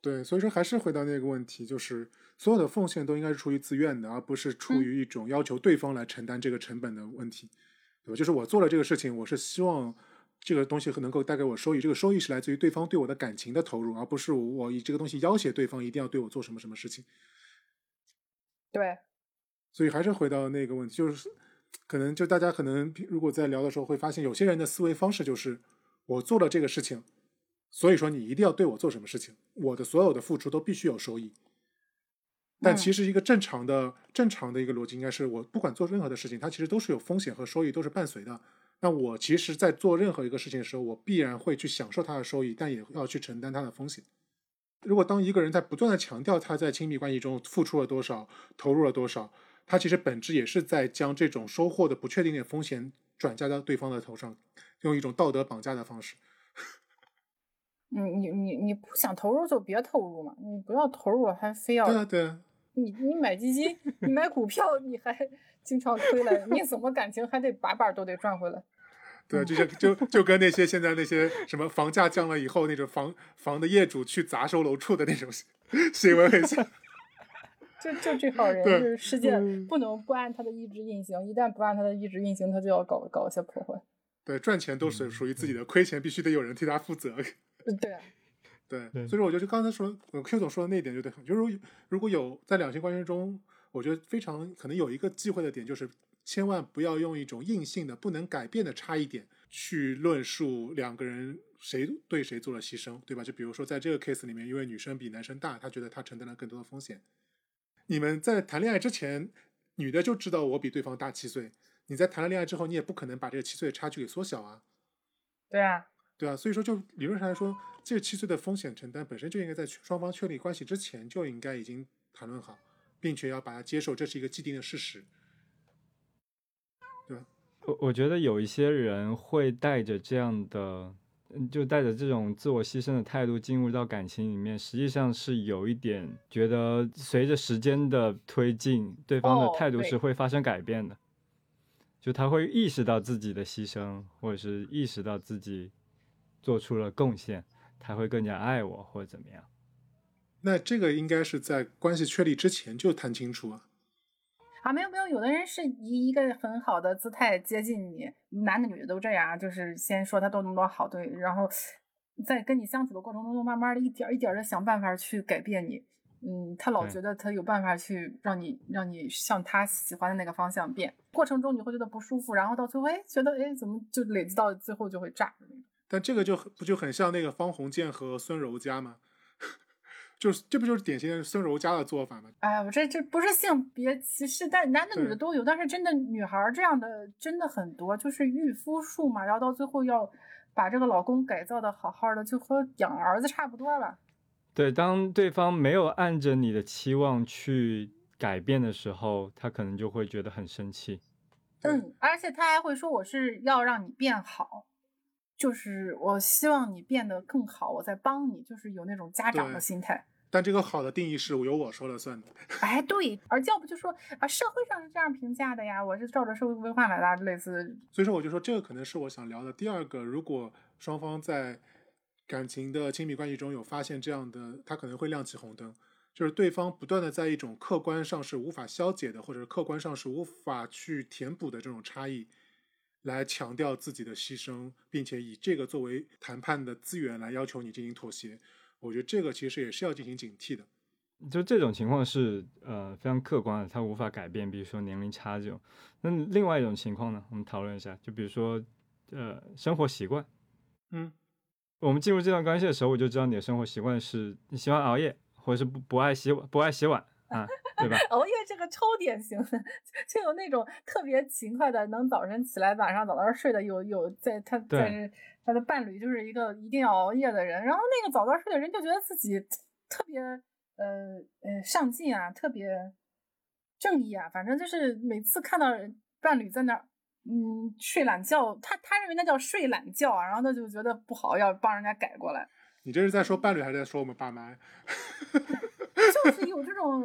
对，所以说还是回到那个问题，就是所有的奉献都应该是出于自愿的，而不是出于一种要求对方来承担这个成本的问题，对吧？就是我做了这个事情，我是希望这个东西能够带给我收益，这个收益是来自于对方对我的感情的投入，而不是我以这个东西要挟对方一定要对我做什么什么事情。 对， 所以还是回到那个问题，就是可能就大家可能如果在聊的时候会发现，有些人的思维方式就是我做了这个事情，所以说你一定要对我做什么事情，我的所有的付出都必须有收益。但其实一个正常的、嗯、正常的一个逻辑应该是，我不管做任何的事情，它其实都是有风险和收益都是伴随的。那我其实在做任何一个事情的时候，我必然会去享受它的收益，但也要去承担它的风险。如果当一个人在不断的强调他在亲密关系中付出了多少，投入了多少，他其实本质也是在将这种收获的不确定的风险转嫁到对方的头上，用一种道德绑架的方式。 你你你你不想投入就别投入嘛，你不要投入还非要。 对啊对啊。 你你买基金，你买股票，你还经常亏了，你怎么感情还得把把都得赚回来。 对，就像就就跟那些现在那些什么房价降了以后，那种房房的业主去砸售楼处的那种行为很像。 就就这号人，就是世界不能不按他的意志运行，一旦不按他的意志运行，他就要搞搞一些破坏。 对，赚钱都是属于自己的，亏钱必须得有人替他负责。 对。 对，所以说我觉得刚才说 Q 总说的那一点就对，就是如果有在两性关系中，我觉得非常可能有一个忌讳的点，就是千万不要用一种硬性的不能改变的差异点去论述两个人谁对谁做了牺牲，对吧？就比如说在这个 case 里面，因为女生比男生大，她觉得她承担了更多的风险。你们在谈恋爱之前，女的就知道我比对方大七岁，你在谈了恋爱之后，你也不可能把这个七岁的差距给缩小啊。 对啊。 对啊，所以说就理论上来说，这七岁的风险承担本身就应该在双方确立关系之前就应该已经谈论好，并且要把它接受，这是一个既定的事实，对吧？ 我我觉得有一些人会带着这样的，就带着这种自我牺牲的态度进入到感情里面，实际上是有一点觉得随着时间的推进，对方的态度是会发生改变的，哦、就他会意识到自己的牺牲，或者是意识到自己做出了贡献，他会更加爱我或者怎么样。 那这个应该是在关系确立之前就谈清楚啊。 啊，没有没有，有的人是以一个很好的姿态接近你，男的女的都这样，就是先说他多么多好，对，然后在跟你相处的过程中，慢慢的一点一点的想办法去改变你。嗯，他老觉得他有办法去让你让你向他喜欢的那个方向变，过程中你会觉得不舒服，然后到最后哎觉得哎怎么就累积到最后就会炸。 但这个就不就很像那个方鸿渐和孙柔嘉吗？就是这不就是典型的孙柔嘉的做法吗？ 哎，我这这不是性别歧视，但男的女的都有，但是真的女孩这样的真的很多，就是御夫术嘛，然后到最后要把这个老公改造的好好的，就和养儿子差不多了。 对，当对方没有按着你的期望去改变的时候，他可能就会觉得很生气。 嗯，而且他还会说我是要让你变好。就是我希望你变得更好，我在帮你，就是有那种家长的心态。 但这个好的定义是由我说了算的。 哎，对，而要不就说啊，社会上是这样评价的呀，我是照着社会规范来的，类似。 所以说我就说这个可能是我想聊的第二个，如果双方在感情的亲密关系中有发现这样的，他可能会亮起红灯，就是对方不断的在一种客观上是无法消解的，或者客观上是无法去填补的这种差异，来强调自己的牺牲，并且以这个作为谈判的资源来要求你进行妥协，我觉得这个其实也是要进行警惕的。 就这种情况是呃非常客观的，它无法改变，比如说年龄差这种。那另外一种情况呢，我们讨论一下，就比如说呃生活习惯。 嗯， 我们进入这段关系的时候，我就知道你的生活习惯是你喜欢熬夜，或者是不不爱洗不爱洗碗啊，对吧？ 熬夜这个超典型的，就有那种特别勤快的，能早晨起来晚上早早睡的，有有在他在他的伴侣就是一个一定要熬夜的人，然后那个早早睡的人就觉得自己特别呃呃上进啊，特别正义啊，反正就是每次看到伴侣在那儿嗯睡懒觉，他他认为那叫睡懒觉啊，然后他就觉得不好，要帮人家改过来。 你这是在说伴侣还是在说我们爸妈？ 就是有这种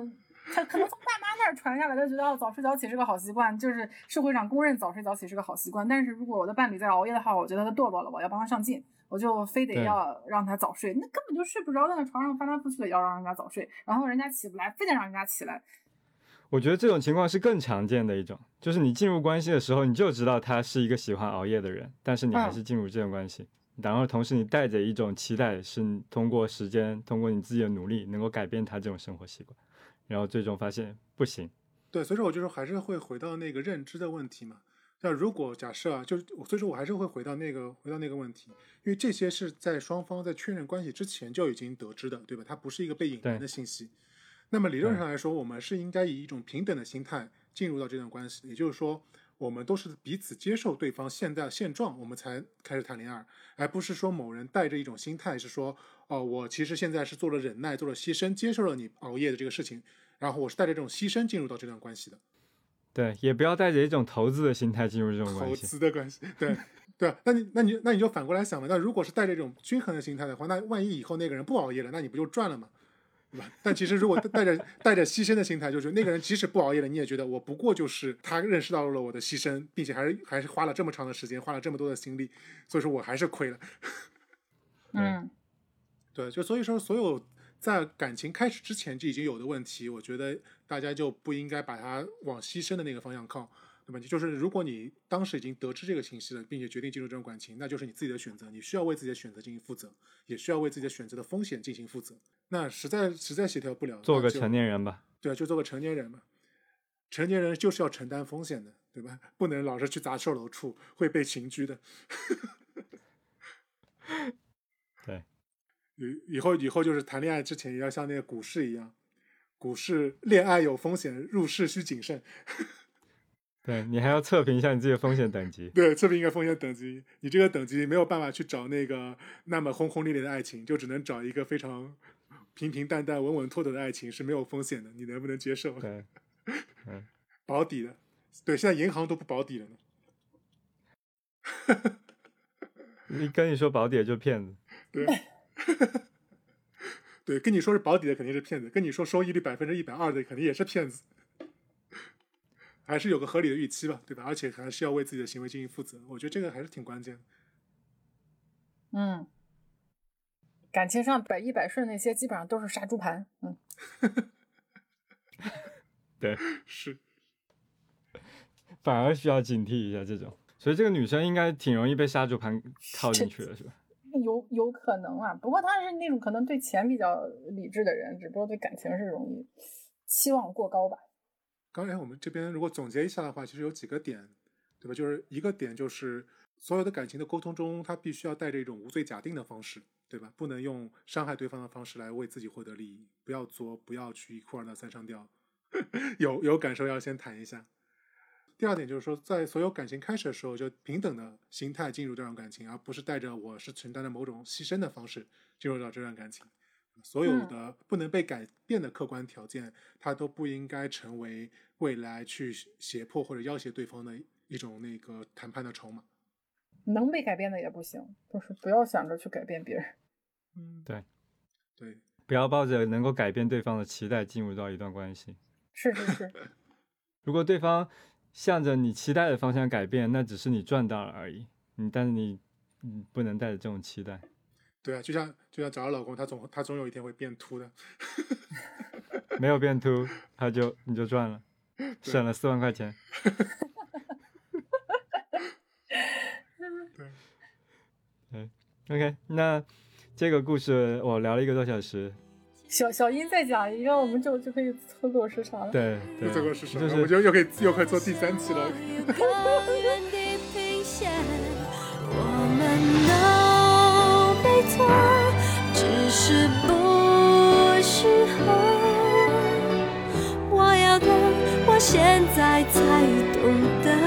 他可能从爸妈那儿传下来，他觉得哦早睡早起是个好习惯，就是社会上公认早睡早起是个好习惯。但是如果我的伴侣在熬夜的话，我觉得他堕落了，我要帮他上进，我就非得要让他早睡，那根本就睡不着，在那床上翻来覆去的要让人家早睡，然后人家起不来，非得让人家起来。 我觉得这种情况是更常见的一种，就是你进入关系的时候，你就知道他是一个喜欢熬夜的人，但是你还是进入这种关系，嗯、然后同时你带着一种期待，是通过时间，通过你自己的努力，能够改变他这种生活习惯，然后最终发现不行。 对，所以说我就说还是会回到那个认知的问题嘛。那如果假设啊，就所以说我还是会回到那个回到那个问题，因为这些是在双方在确认关系之前就已经得知的，对吧？它不是一个被隐瞒的信息。那么理论上来说，我们是应该以一种平等的心态进入到这段关系，也就是说，我们都是彼此接受对方现在现状，我们才开始谈恋爱，而不是说某人带着一种心态是说，哦、呃，我其实现在是做了忍耐，做了牺牲，接受了你熬夜的这个事情，然后我是带着这种牺牲进入到这段关系的。 对，也不要带着一种投资的心态进入这种关系。 投资的关系，对对，那你那你那你就反过来想嘛，那如果是带着这种均衡的心态的话，那万一以后那个人不熬夜了，那你不就赚了吗？对吧？但其实如果带着带着牺牲的心态，就是那个人即使不熬夜了，你也觉得我不过就是他认识到了我的牺牲，并且还是还是花了这么长的时间，花了这么多的心力，所以说我还是亏了。 嗯， 对，就所以说所有在感情开始之前就已经有的问题，我觉得大家就不应该把它往牺牲的那个方向靠。对吧？就是如果你当时已经得知这个信息了，并且决定进入这种感情，那就是你自己的选择，你需要为自己的选择进行负责，也需要为自己的选择的风险进行负责。那实在实在协调不了， 做个成年人吧。 对啊，就做个成年人嘛。成年人就是要承担风险的，对吧？不能老是去砸售楼处，会被刑拘的。 对， 以后以后就是谈恋爱之前也要像那个股市一样，股市恋爱有风险，入市需谨慎。 对，你还要测评一下你自己的风险等级。 对，测评一个风险等级，你这个等级没有办法去找那个那么轰轰烈烈的爱情，就只能找一个非常平平淡淡稳稳妥妥的爱情，是没有风险的，你能不能接受？ 对，嗯， 保底的。对，现在银行都不保底了呢。你跟你说保底的就是骗子。 对。对，跟你说是保底的肯定是骗子，跟你说收益率百分之一百二的肯定也是骗子。还是有个合理的预期吧，对吧？而且还是要为自己的行为进行负责，我觉得这个还是挺关键的。 嗯，感情上百依百顺那些基本上都是杀猪盘。嗯， 对， 是， 反而需要警惕一下这种。所以这个女生应该挺容易被杀猪盘套进去的，是吧？ 有有可能啊，不过她是那种可能对钱比较理智的人，只不过对感情是容易期望过高吧。 刚才我们这边如果总结一下的话，其实有几个点，对吧？就是一个点就是所有的感情的沟通中，它必须要带着一种无罪假定的方式，对吧？不能用伤害对方的方式来为自己获得利益，不要作，不要去一哭二闹三上吊，有有感受要先谈一下。第二点就是说，在所有感情开始的时候，就平等的心态进入这段感情，而不是带着我是承担了某种牺牲的方式进入到这段感情。所有的不能被改变的客观条件，它都不应该成为未来去胁迫或者要挟对方的一种那个谈判的筹码。 能被改变的也不行，就是不要想着去改变别人。 嗯， 对， 对， 不要抱着能够改变对方的期待进入到一段关系。 是是是。 如果对方向着你期待的方向改变，那只是你赚到了而已。嗯，但是你嗯不能带着这种期待。 对啊，就像就像找到老公，他总他总有一天会变秃的。 没有变秃，他就你就赚了，省了四万块钱。 对， 对 ，OK， 那这个故事我聊了一个多小时。 小小英再讲一个，我们就就可以凑够时长了。 对对， 凑够时长， 就是我们就又可以又可以做第三期了。 我们都没错，只是不适合。我要的，我现在才懂得，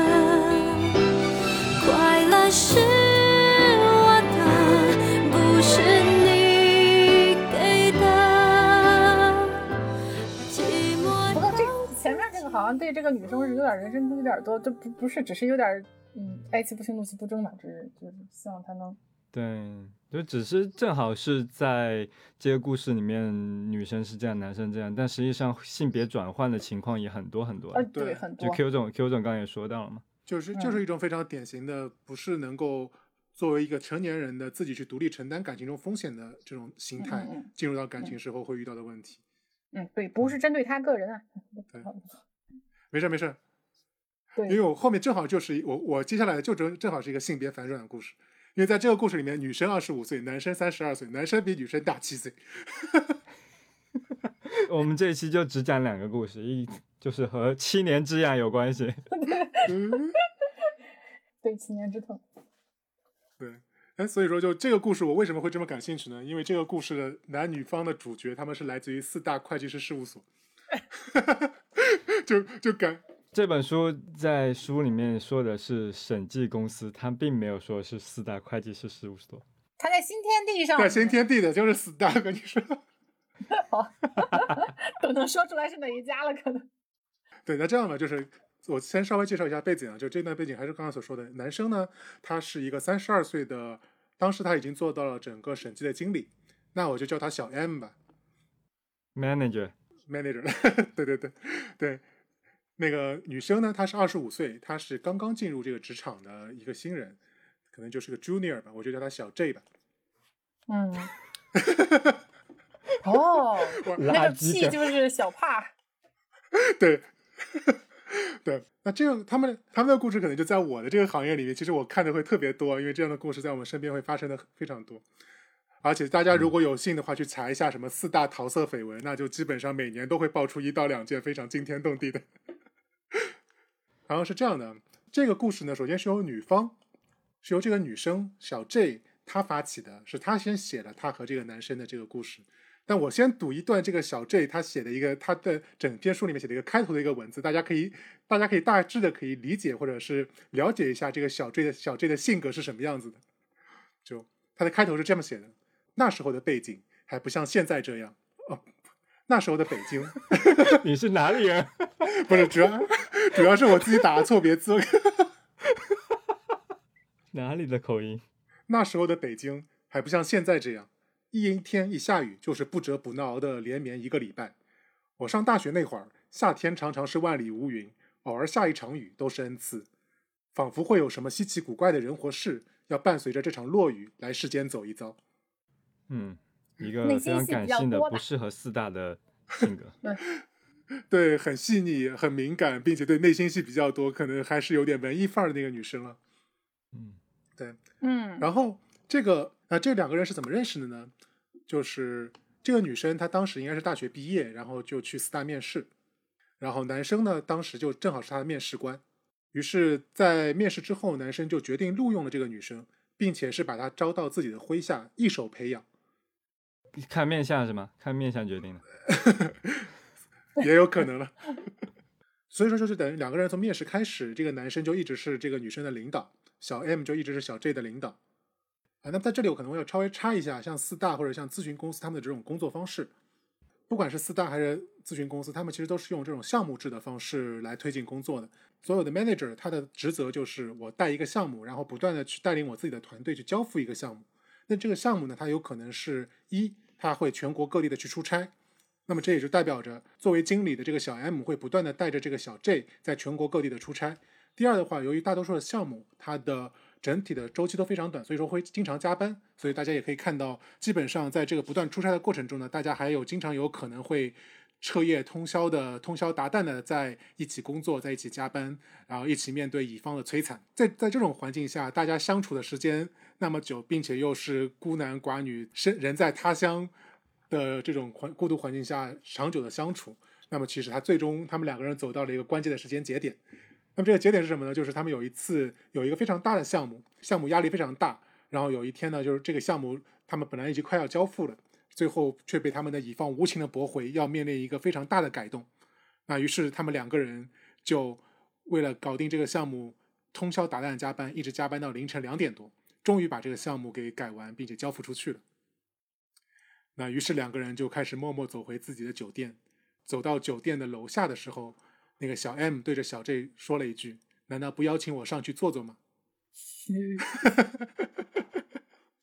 快乐是我的，不是你给的。寂寞。 不过这前面这个好像对这个女生是有点人生有点多，就不不是只是有点。嗯，爱妻不行，怒妻不争嘛，只是就是希望他能对，就只是正好是在这个故事里面，女生是这样，男生这样，但实际上性别转换的情况也很多很多呃， 的。 对，很多。 就 Q 总 Q 总刚才也说到了嘛， 就是就是一种非常典型的，不是能够作为一个成年人的自己去独立承担感情中风险的这种心态， 嗯嗯进入到感情时候会遇到的问题。 嗯，对，不是针对他个人啊。 对，没事没事。 对， 因为我后面正好就是我我接下来的就正正好是一个性别反转的故事。因为在这个故事里面，女生二十五岁，男生三十二岁，男生比女生大七岁。 我们这一期就只讲两个故事，一就是和七年之痒有关系。 对，七年之痛。 对，哎，所以说就这个故事我为什么会这么感兴趣呢？因为这个故事的男女方的主角他们是来自于四大会计师事务所。就就感这本书在书里面说的是审计公司，他并没有说是四大会计师事务所。 他在新天地上， 在新天地的就是四大，跟你说。 好，都能说出来是哪一家了，可能。 对，那这样吧，就是我先稍微介绍一下背景啊，就这段背景还是刚刚所说的，男生呢，他是一个三十二岁的，当时他已经做到了整个审计的经理，那我就叫他小 M 吧 ，manager manager 对对对对。那个女生呢，她是二十五岁，她是刚刚进入这个职场的一个新人，可能就是个 junior 吧，我就叫她小 J 吧。 嗯。哦，那个 P 垃圾就是小帕。 对。对，那这样他们他们的故事可能就在我的这个行业里面，其实我看的会特别多，因为这样的故事在我们身边会发生的非常多。而且大家如果有幸的话，去查一下什么四大桃色绯闻，那就基本上每年都会爆出一到两件非常惊天动地的。然后是这样的，这个故事呢，首先是由女方，是由这个女生小 J 她发起的，是她先写了她和这个男生的这个故事。但我先读一段这个小 J 他写的一个他的整篇书里面写的一个开头的一个文字，大家可以大家可以大致的可以理解或者是了解一下这个小 J 的小 J 的性格是什么样子的。就他的开头是这么写的：那时候的背景还不像现在这样哦，那时候的北京。 你是哪里人？ 不是，主要主要是我自己打了错别字。 哪里的口音？ 那时候的北京还不像现在这样，一阴天一下雨就是不折不挠的连绵一个礼拜。我上大学那会儿，夏天常常是万里无云，偶尔下一场雨都是恩赐，仿佛会有什么稀奇古怪的人或事要伴随着这场落雨来世间走一遭。 嗯，一个非常感性的不适合四大的性格。 对，很细腻很敏感，并且对内心戏比较多，可能还是有点文艺范儿的那个女生了。 嗯， 对， 嗯， 然后这个那这两个人是怎么认识的呢？就是这个女生她当时应该是大学毕业，然后就去四大面试，然后男生呢当时就正好是她的面试官，于是在面试之后，男生就决定录用了这个女生，并且是把她招到自己的麾下一手培养。 看面相是吗？看面相决定的。 也有可能了。所以说就是等于两个人从面试开始，这个男生就一直是这个女生的领导，小 M 就一直是小 J 的领导啊。那在这里我可能会要稍微插一下，像四大或者像咨询公司他们的这种工作方式，不管是四大还是咨询公司，他们其实都是用这种项目制的方式来推进工作的。所有的 manager 他的职责就是我带一个项目，然后不断的去带领我自己的团队去交付一个项目。那这个项目呢，它有可能是一，他会全国各地的去出差，那么这也就代表着作为经理的这个小 M 会不断的带着这个小 J 在全国各地的出差。第二的话，由于大多数的项目它的整体的周期都非常短，所以说会经常加班，所以大家也可以看到，基本上在这个不断出差的过程中呢，大家还有经常有可能会彻夜通宵的通宵达旦的在一起工作，在一起加班，然后一起面对乙方的摧残。在在这种环境下，大家相处的时间那么久，并且又是孤男寡女，人在他乡的这种孤独环境下长久的相处，那么其实他最终他们两个人走到了一个关键的时间节点。那么这个节点是什么呢？就是他们有一次有一个非常大的项目，项目压力非常大，然后有一天呢，就是这个项目他们本来已经快要交付了，最后却被他们的乙方无情的驳回，要面临一个非常大的改动。那于是他们两个人就为了搞定这个项目，通宵达旦加班，一直加班到凌晨两点多，终于把这个项目给改完，并且交付出去了。那于是两个人就开始默默走回自己的酒店，走到酒店的楼下的时候，那个小 M 对着小 J 说了一句：难道不邀请我上去坐坐吗？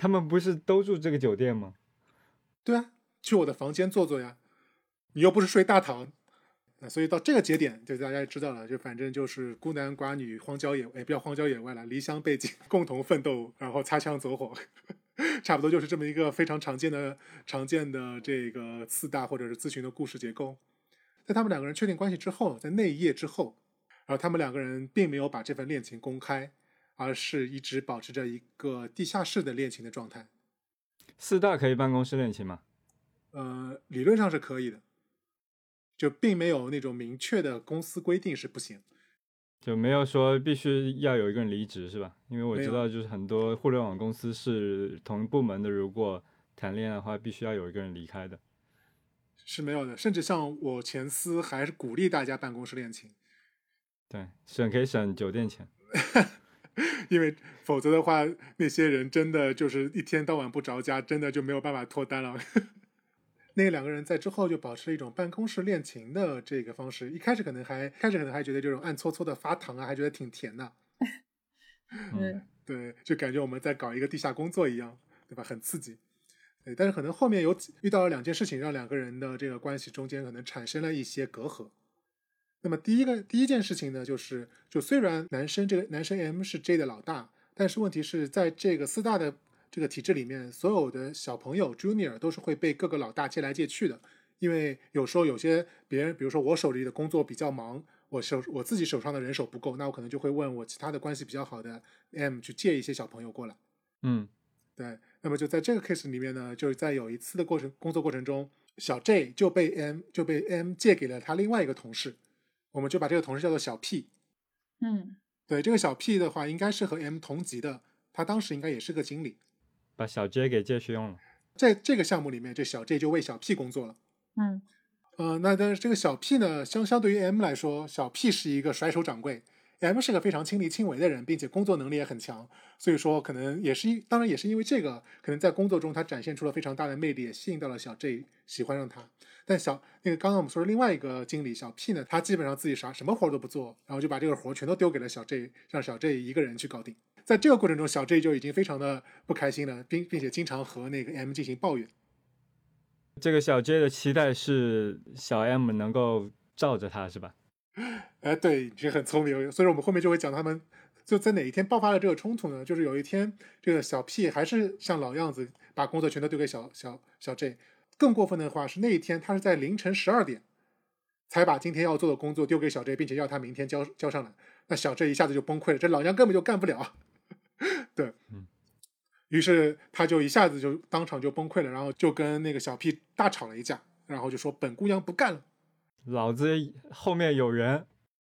他们不是都住这个酒店吗？ 对啊，去我的房间坐坐呀，你又不是睡大堂。所以到这个节点就大家也知道了，就反正就是孤男寡女荒郊野，哎，不要荒郊野外了，离乡背井共同奋斗，然后擦枪走火，差不多就是这么一个非常常见的常见的这个四大或者是咨询的故事结构。在他们两个人确定关系之后，在那一夜之后，然后他们两个人并没有把这份恋情公开，而是一直保持着一个地下室的恋情的状态。 四大可以办公室恋情吗？ 呃，理论上是可以的，就并没有那种明确的公司规定是不行， 就没有说必须要有一个人离职是吧？因为我知道就是很多互联网公司是同一部门的，如果谈恋爱的话必须要有一个人离开的。 是没有的，甚至像我前司还是鼓励大家办公室恋情， 对，省可以省酒店钱。 因为否则的话那些人真的就是一天到晚不着家，真的就没有办法脱单了。那两个人在之后就保持了一种办公室恋情的这个方式，一开始可能还开始可能还觉得这种暗搓搓的发糖啊，还觉得挺甜的。 嗯， 对，就感觉我们在搞一个地下工作一样，对吧？很刺激。对，但是可能后面有遇到了两件事情，让两个人的这个关系中间可能产生了一些隔阂。那么第一个第一件事情呢，就是就虽然男生这个男生 M 是 J 的老大，但是问题是在这个四大的这个体制里面，所有的小朋友 Junior 都是会被各个老大借来借去的。因为有时候有些别人，比如说我手里的工作比较忙，我手我自己手上的人手不够，那我可能就会问我其他的关系比较好的 M 去借一些小朋友过来。 嗯， 对。那么就在这个 case 里面呢，就是在有一次的过程工作过程中，小 J 就被 M 就被 M 借给了他另外一个同事，我们就把这个同事叫做小 P。 嗯， 对，这个小 P 的话应该是和 M 同级的，他当时应该也是个经理， 把小 J 给借去用了。 在这个项目里面，这小 J 就为小 P 工作了。 嗯， 呃，那但是这个小 P 呢，相相对于 M 来说，小 P 是一个甩手掌柜。M 是个非常亲力亲为的人，并且工作能力也很强，所以说可能也是，当然也是因为这个，可能在工作中他展现出了非常大的魅力，也吸引到了小 J 喜欢上他。但小那个刚刚我们说的另外一个经理小 P 呢，他基本上自己啥什么活都不做，然后就把这个活全都丢给了小 J， 让小 J 一个人去搞定。在这个过程中，小 J 就已经非常的不开心了，并并且经常和那个 M 进行抱怨。 这个小 J 的期待是小 M 能够罩着他，是吧？ 哎，对，你很聪明，所以我们后面就会讲他们就在哪一天爆发了这个冲突呢？就是有一天，这个小 P 还是像老样子，把工作全都丢给小小小 J。更过分的话是那一天，他是在凌晨十二点才把今天要做的工作丢给小 J，并且要他明天交交上来。那小 J 一下子就崩溃了，这老娘根本就干不了。对， 嗯， 于是他就一下子就当场就崩溃了，然后就跟那个小 P 大吵了一架，然后就说本姑娘不干了。 老子后面有人，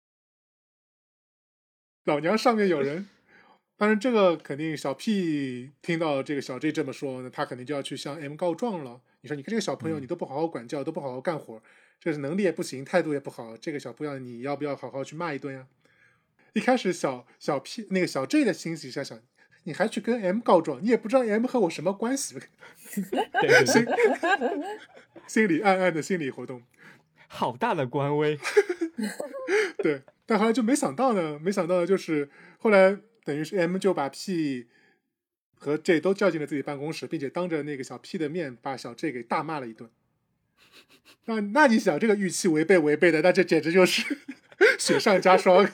老娘上面有人。当然这个肯定小 P 听到这个小 J 这么说呢，他肯定就要去向 M 告状了。你说你看这个小朋友你都不好好管教，都不好好干活，这是能力也不行，态度也不好，这个小朋友你要不要好好去骂一顿呀？一开始小小 P 那个小 J 的心里想想，你还去跟 M 告状，你也不知道 M 和我什么关系。 对对心心里暗暗的心理活动， 好大的官威。 对，但后来就没想到呢，没想到的就是后来等于是 M 就把 P 和 J 都叫进了自己办公室，并且当着那个小 P 的面把小 J 给大骂了一顿。那那你想这个预期违背违背的，那这简直就是雪上加霜。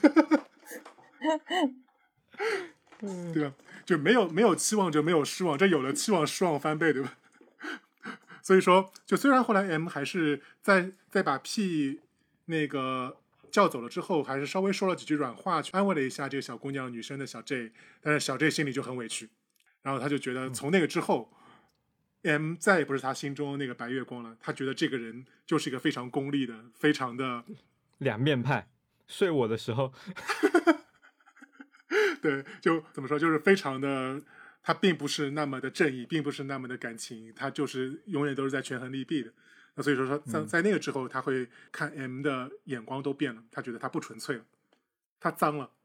对吧？就没有没有期望就没有失望，这有了期望失望翻倍，对吧？所以说，就虽然后来 M 还是在在把 P 那个叫走了之后，还是稍微说了几句软话，去安慰了一下这个小姑娘女生的小 J， 但是小 J 心里就很委屈，然后他就觉得从那个之后、嗯、M 再也不是他心中那个白月光了，他觉得这个人就是一个非常功利的，非常的两面派。睡我的时候对，就怎么说，就是非常的，他并不是那么的正义，并不是那么的感情，他就是永远都是在权衡利弊的。那所以说，在在那个之后，他会看 M 的眼光都变了，他觉得他不纯粹了，他脏了。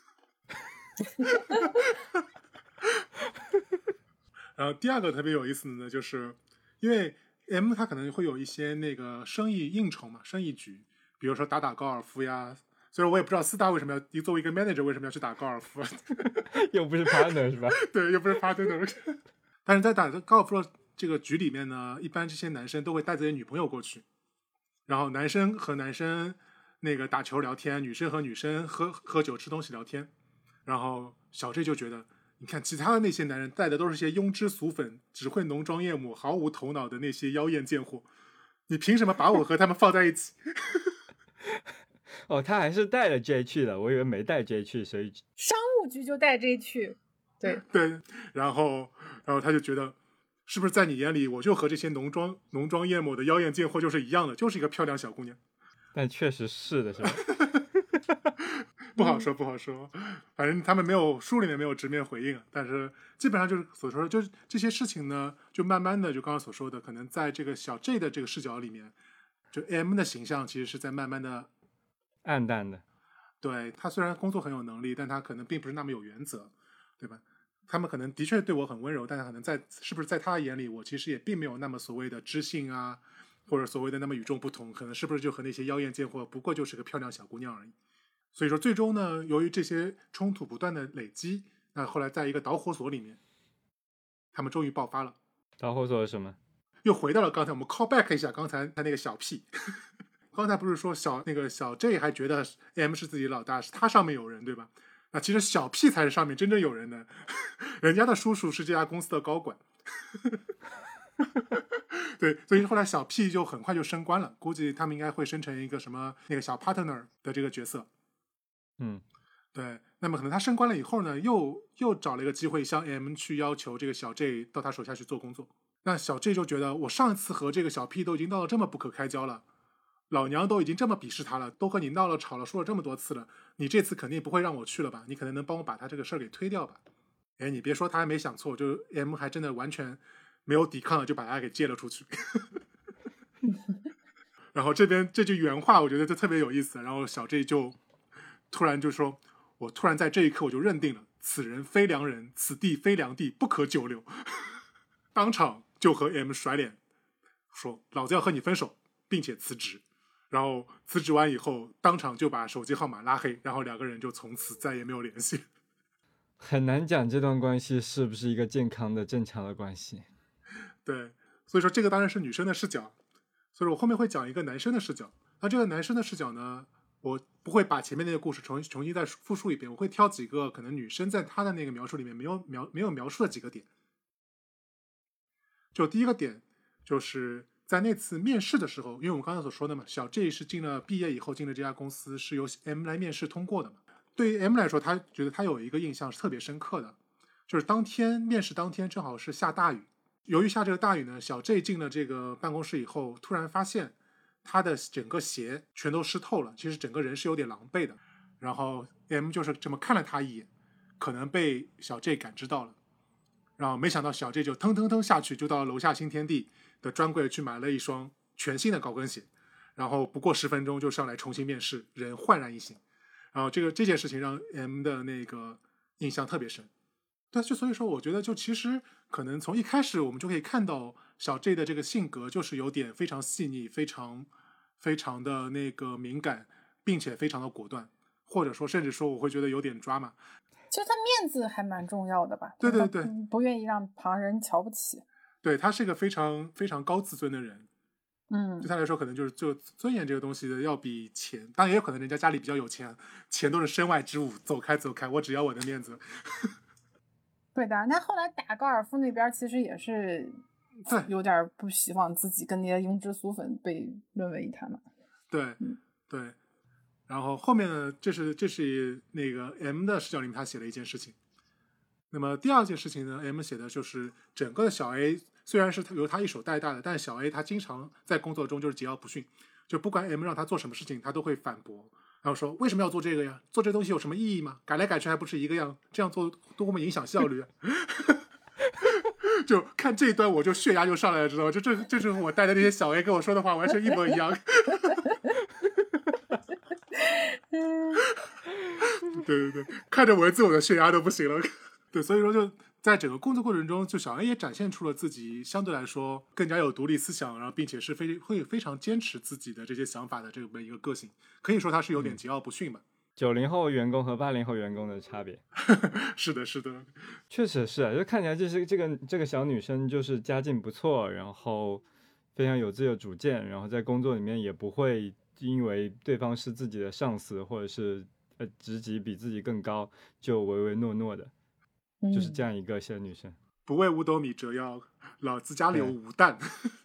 然后第二个特别有意思的呢，就是因为 M 他可能会有一些那个生意应酬嘛，生意局，比如说打打高尔夫呀。所以我也不知道四大为什么要作为一个 manager 为什么要去打高尔夫。 又不是 partner 是吧？ 对，又不是 partner。 但是在打高尔夫的这个局里面呢，一般这些男生都会带自己的女朋友过去，然后男生和男生那个打球聊天，女生和女生喝喝酒吃东西聊天，然后小 J 就觉得，你看其他的那些男人带的都是些庸脂俗粉，只会浓妆艳抹，毫无头脑的那些妖艳贱货，你凭什么把我和他们放在一起？ 哦，他还是带了 J 去的，我以为没带 J 去，所以商务局就带 J 去，对对，然后然后他就觉得，是不是在你眼里，我就和这些浓妆浓妆艳抹的妖艳贱货就是一样的，就是一个漂亮小姑娘？ 但确实是的，是吧？ 不好说，不好说。反正他们没有书里面没有直面回应，但是基本上就是所说的，就是这些事情呢，就慢慢的，就刚刚所说的，可能在这个小 J 的这个视角里面，就 M 的形象其实是在慢慢的暗淡的。 对，他虽然工作很有能力，但他可能并不是那么有原则，对吧？他们可能的确对我很温柔，但他可能在是不是在他眼里，我其实也并没有那么所谓的知性啊，或者所谓的那么与众不同，可能是不是就和那些妖艳贱货不过就是个漂亮小姑娘而已。所以说最终呢，由于这些冲突不断的累积，那后来在一个导火索里面，他们终于爆发了。 导火索是什么？ 又回到了刚才，我们 call back 一下刚才他那个小 P 刚才不是说小那个小 J 还觉得 M 是自己老大，是他上面有人，对吧？那其实小 P 才是上面真正有人的，人家的叔叔是这家公司的高管。对，所以后来小 P 就很快就升官了，估计他们应该会升成一个什么那个小 partner 的这个角色。 嗯， 对，那么可能他升官了以后呢，又又找了一个机会向 M 去要求这个小 J 到他手下去做工作。那小 J 就觉得，我上一次和这个小 P 都已经闹得这么不可开交了，老娘都已经这么鄙视他了，都和你闹了吵了说了这么多次了，你这次肯定不会让我去了吧？你可能能帮我把他这个事儿给推掉吧？哎，你别说他还没想错，就 M 还真的完全没有抵抗了，就把他给借了出去。然后这边这句原话我觉得就特别有意思，然后小 J 就突然就说，我突然在这一刻我就认定了，此人非良人，此地非良地，不可久留。当场就和 M 甩脸说，老子要和你分手并且辞职。然后辞职完以后当场就把手机号码拉黑，然后两个人就从此再也没有联系。 很难讲这段关系是不是一个健康的正常的关系。 对，所以说这个当然是女生的视角，所以我后面会讲一个男生的视角。那这个男生的视角呢，我不会把前面那个故事重重新再复述一遍，我会挑几个可能女生在她的那个描述里面没有描没有描述的几个点。就第一个点，就是在那次面试的时候，因为我们刚才所说的嘛，小 J 是进了毕业以后进了这家公司，是由 M 来面试通过的嘛。对于 M 来说，他觉得他有一个印象是特别深刻的，就是当天面试当天正好是下大雨，由于下这个大雨呢，小 J 进了这个办公室以后，突然发现他的整个鞋全都湿透了，其实整个人是有点狼狈的。然后 M 就是这么看了他一眼，可能被小 J 感知到了，然后没想到小 J 就腾腾腾下去，就到楼下新天地的专柜去买了一双全新的高跟鞋，然后不过十分钟就上来重新面试，人焕然一新。然后这个这件事情让 M 的那个印象特别深。对，就所以说我觉得就其实可能从一开始我们就可以看到小 J 的这个性格就是有点非常细腻，非常非常的那个敏感，并且非常的果断，或者说甚至说我会觉得有点抓马。 其实他面子还蛮重要的吧？ 对对对， 不愿意让旁人瞧不起。 对，他是一个非常非常高自尊的人。 嗯， 对他来说，可能就是就尊严这个东西的要比钱，当然也有可能人家家里比较有钱，钱都是身外之物，走开走开，我只要我的面子。 对的，那后来打高尔夫那边其实也是有点不希望自己跟那些庸脂俗粉被沦为一谈嘛。 对、 嗯、 对，然后后面呢，这是这是那个 M 的视角里面他写了一件事情。那么第二件事情呢 ，M 写的就是整个的小 A 虽然是由他一手带大的，但小 A 他经常在工作中就是桀骜不驯，就不管 M 让他做什么事情，他都会反驳，然后说为什么要做这个呀？做这东西有什么意义吗？改来改去还不是一个样，这样做多么影响效率啊！就看这一段我就血压就上来了，知道吗？就这这是我带的那些小 A 跟我说的话完全一模一样。对对对，看着文字我的血压都不行了。对，所以说就在整个工作过程中，就小 A 也展现出了自己相对来说更加有独立思想，然后并且是非会非常坚持自己的这些想法的这么一个个性，可以说他是有点桀骜不驯吧。 九零后员工和八零后员工的差别。 是的，是的， 确实是啊，就看起来这是这个这个小女生就是家境不错，然后非常有自己的主见，然后在工作里面也不会因为对方是自己的上司或者是呃职级比自己更高就唯唯诺诺的，就是这样一个小女生。 不为五斗米折腰，老子家里有五担。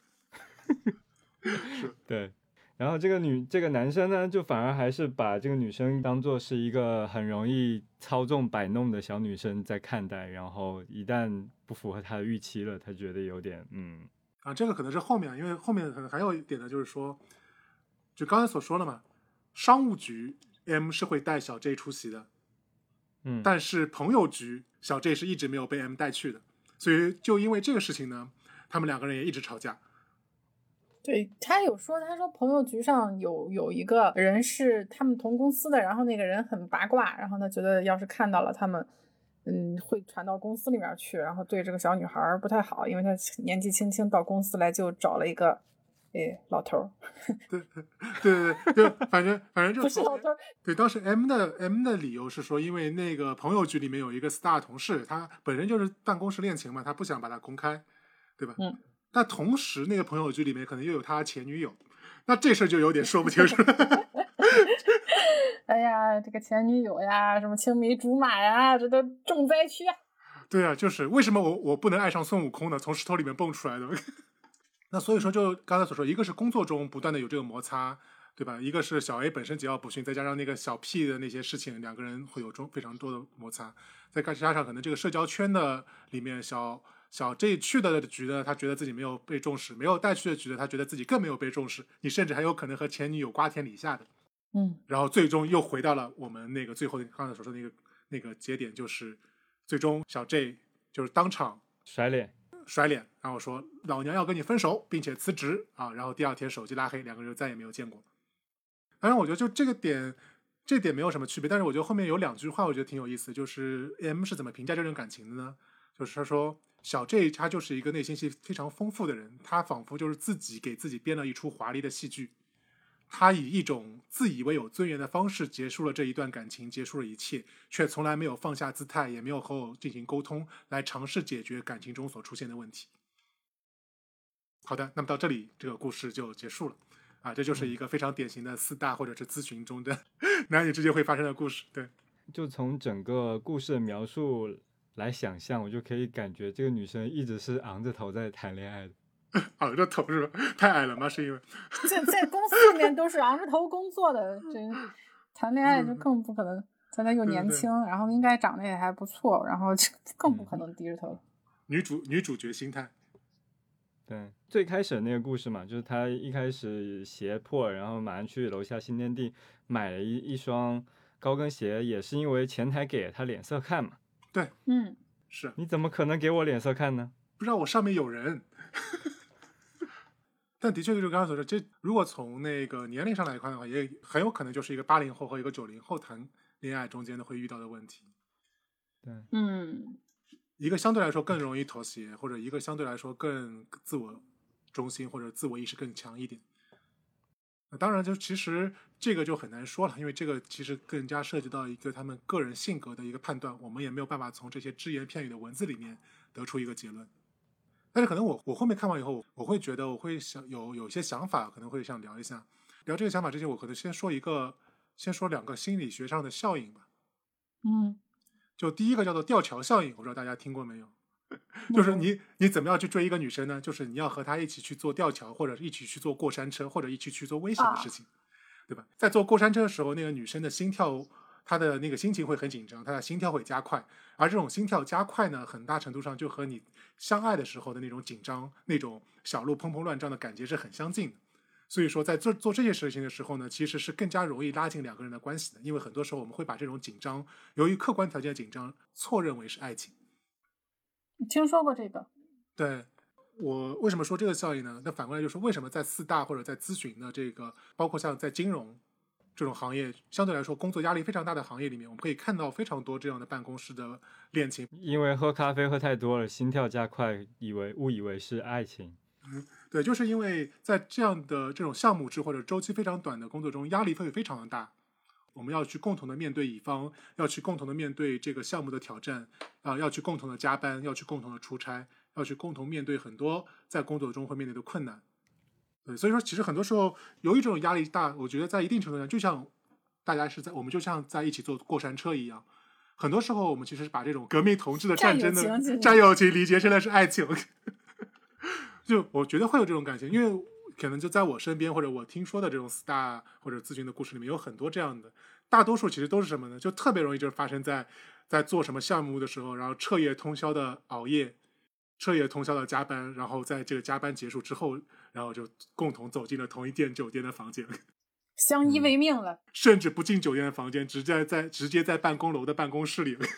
是， 对。然后这个女这个男生呢，就反而还是把这个女生当做是一个很容易操纵摆弄的小女生在看待，然后一旦不符合他的预期了，他觉得有点嗯啊，这个可能是后面，因为后面可能还有一点呢，就是说，就刚才所说的嘛，商务局 M 是会带小 J 出席的， 嗯， 但是朋友局小 J 是一直没有被 M 带去的，所以就因为这个事情呢，他们两个人也一直吵架。 对，他有说，他说朋友局上有有一个人是他们同公司的，然后那个人很八卦，然后他觉得要是看到了他们，嗯，会传到公司里面去，然后对这个小女孩不太好，因为她年纪轻轻到公司来就找了一个，哎，老头。 对对对对，就反正反正就不是老头。 对，当时 M 的 M 的理由是说，因为那个朋友局里面有一个 star 同事，他本身就是办公室恋情嘛，他不想把它公开，对吧？ 嗯。 但同时那个朋友局里面可能又有他前女友，那这事就有点说不清楚了。 哎呀，这个前女友呀，什么青梅竹马呀，这都重灾区啊。 对啊，就是为什么我我不能爱上孙悟空呢？从石头里面蹦出来的。那所以说，就刚才所说，一个是工作中不断的有这个摩擦，对吧？一个是小 A 本身桀骜不驯，再加上那个小 P 的那些事情，两个人会有中非常多的摩擦。再加上可能这个社交圈的里面，小小 J 去的局呢，他觉得自己没有被重视；没有带去的局呢，他觉得自己更没有被重视。你甚至还有可能和前女友瓜田李下的。 嗯， 然后最终又回到了我们那个最后刚才所说的那个那个节点，就是最终小 J 就是当场甩脸。 甩脸，然后说老娘要跟你分手，并且辞职啊！然后第二天手机拉黑，两个人就再也没有见过。当然，我觉得就这个点，这点没有什么区别。但是我觉得后面有两句话，我觉得挺有意思，就是 M 是怎么评价这种感情的呢？就是他说小 J 他就是一个内心戏非常丰富的人，他仿佛就是自己给自己编了一出华丽的戏剧。他以一种自以为有尊严的方式结束了这一段感情，结束了一切，却从来没有放下姿态，也没有和我进行沟通，来尝试解决感情中所出现的问题。好的，那么到这里这个故事就结束了啊，这就是一个非常典型的四大或者是咨询中的男女之间会发生的故事。对， 就从整个故事的描述来想象，我就可以感觉这个女生一直是昂着头在谈恋爱的。 昂着头是吧？太矮了吗？是因为在在公司里面都是昂着头工作的，这谈恋爱就更不可能。现在又年轻，然后应该长得也还不错，然后更不可能低着头。 女主女主角心态。 对，最开始的那个故事嘛，就是他一开始鞋破，然后马上去楼下新天地买了一一双高跟鞋，也是因为前台给了他脸色看嘛。 对， 嗯， 是。 你怎么可能给我脸色看呢？ 不知道我上面有人。但的确就是刚刚所说，这如果从那个年龄上来看的话，也很有可能就是一个八零后和一个九零后谈恋爱中间的会遇到的问题。 对， 嗯， 一个相对来说更容易妥协，或者一个相对来说更自我中心或者自我意识更强一点。那当然，就其实这个就很难说了，因为这个其实更加涉及到一个他们个人性格的一个判断，我们也没有办法从这些只言片语的文字里面得出一个结论。但是可能我我后面看完以后，我会觉得我会想有有一些想法，可能会想聊一下。聊这个想法之前，我可能先说一个，先说两个心理学上的效应吧。 嗯， 就第一个叫做吊桥效应，我不知道大家听过没有？就是你你怎么样去追一个女生呢？就是你要和她一起去坐吊桥，或者一起去坐过山车，或者一起去做危险的事情，啊、对吧？在坐过山车的时候，那个女生的心跳，她的那个心情会很紧张，她的心跳会加快，而这种心跳加快呢，很大程度上就和你相爱的时候的那种紧张、那种小鹿砰砰乱撞的感觉是很相近的。所以说，在做做这些事情的时候呢，其实是更加容易拉近两个人的关系的，因为很多时候我们会把这种紧张，由于客观条件的紧张，错认为是爱情。 听说过这个。 对，我为什么说这个效应呢？那反过来就是为什么在四大或者在咨询的这个，包括像在金融这种行业，相对来说工作压力非常大的行业里面，我们可以看到非常多这样的办公室的恋情。 因为喝咖啡喝太多了，心跳加快，以为误以为是爱情。 嗯，对，就是因为在这样的这种项目制或者周期非常短的工作中，压力会非常的大。 我们要去共同的面对乙方，要去共同的面对这个项目的挑战啊、呃，要去共同的加班，要去共同的出差，要去共同面对很多在工作中会面对的困难。对，所以说其实很多时候由于这种压力大，我觉得在一定程度上就像大家是在我们就像在一起坐过山车一样，很多时候我们其实把这种革命同志的战争的战友情理解成了是爱情就我觉得会有这种感情，因为可能就在我身边或者我听说的这种 star 或者咨询的故事里面有很多这样的，大多数其实都是什么呢，就特别容易就是发生在在做什么项目的时候，然后彻夜通宵的熬夜，彻夜通宵的加班，然后在这个加班结束之后，然后就共同走进了同一间酒店的房间， 相依为命了、嗯、 甚至不进酒店的房间，直接在直接在办公楼的办公室里了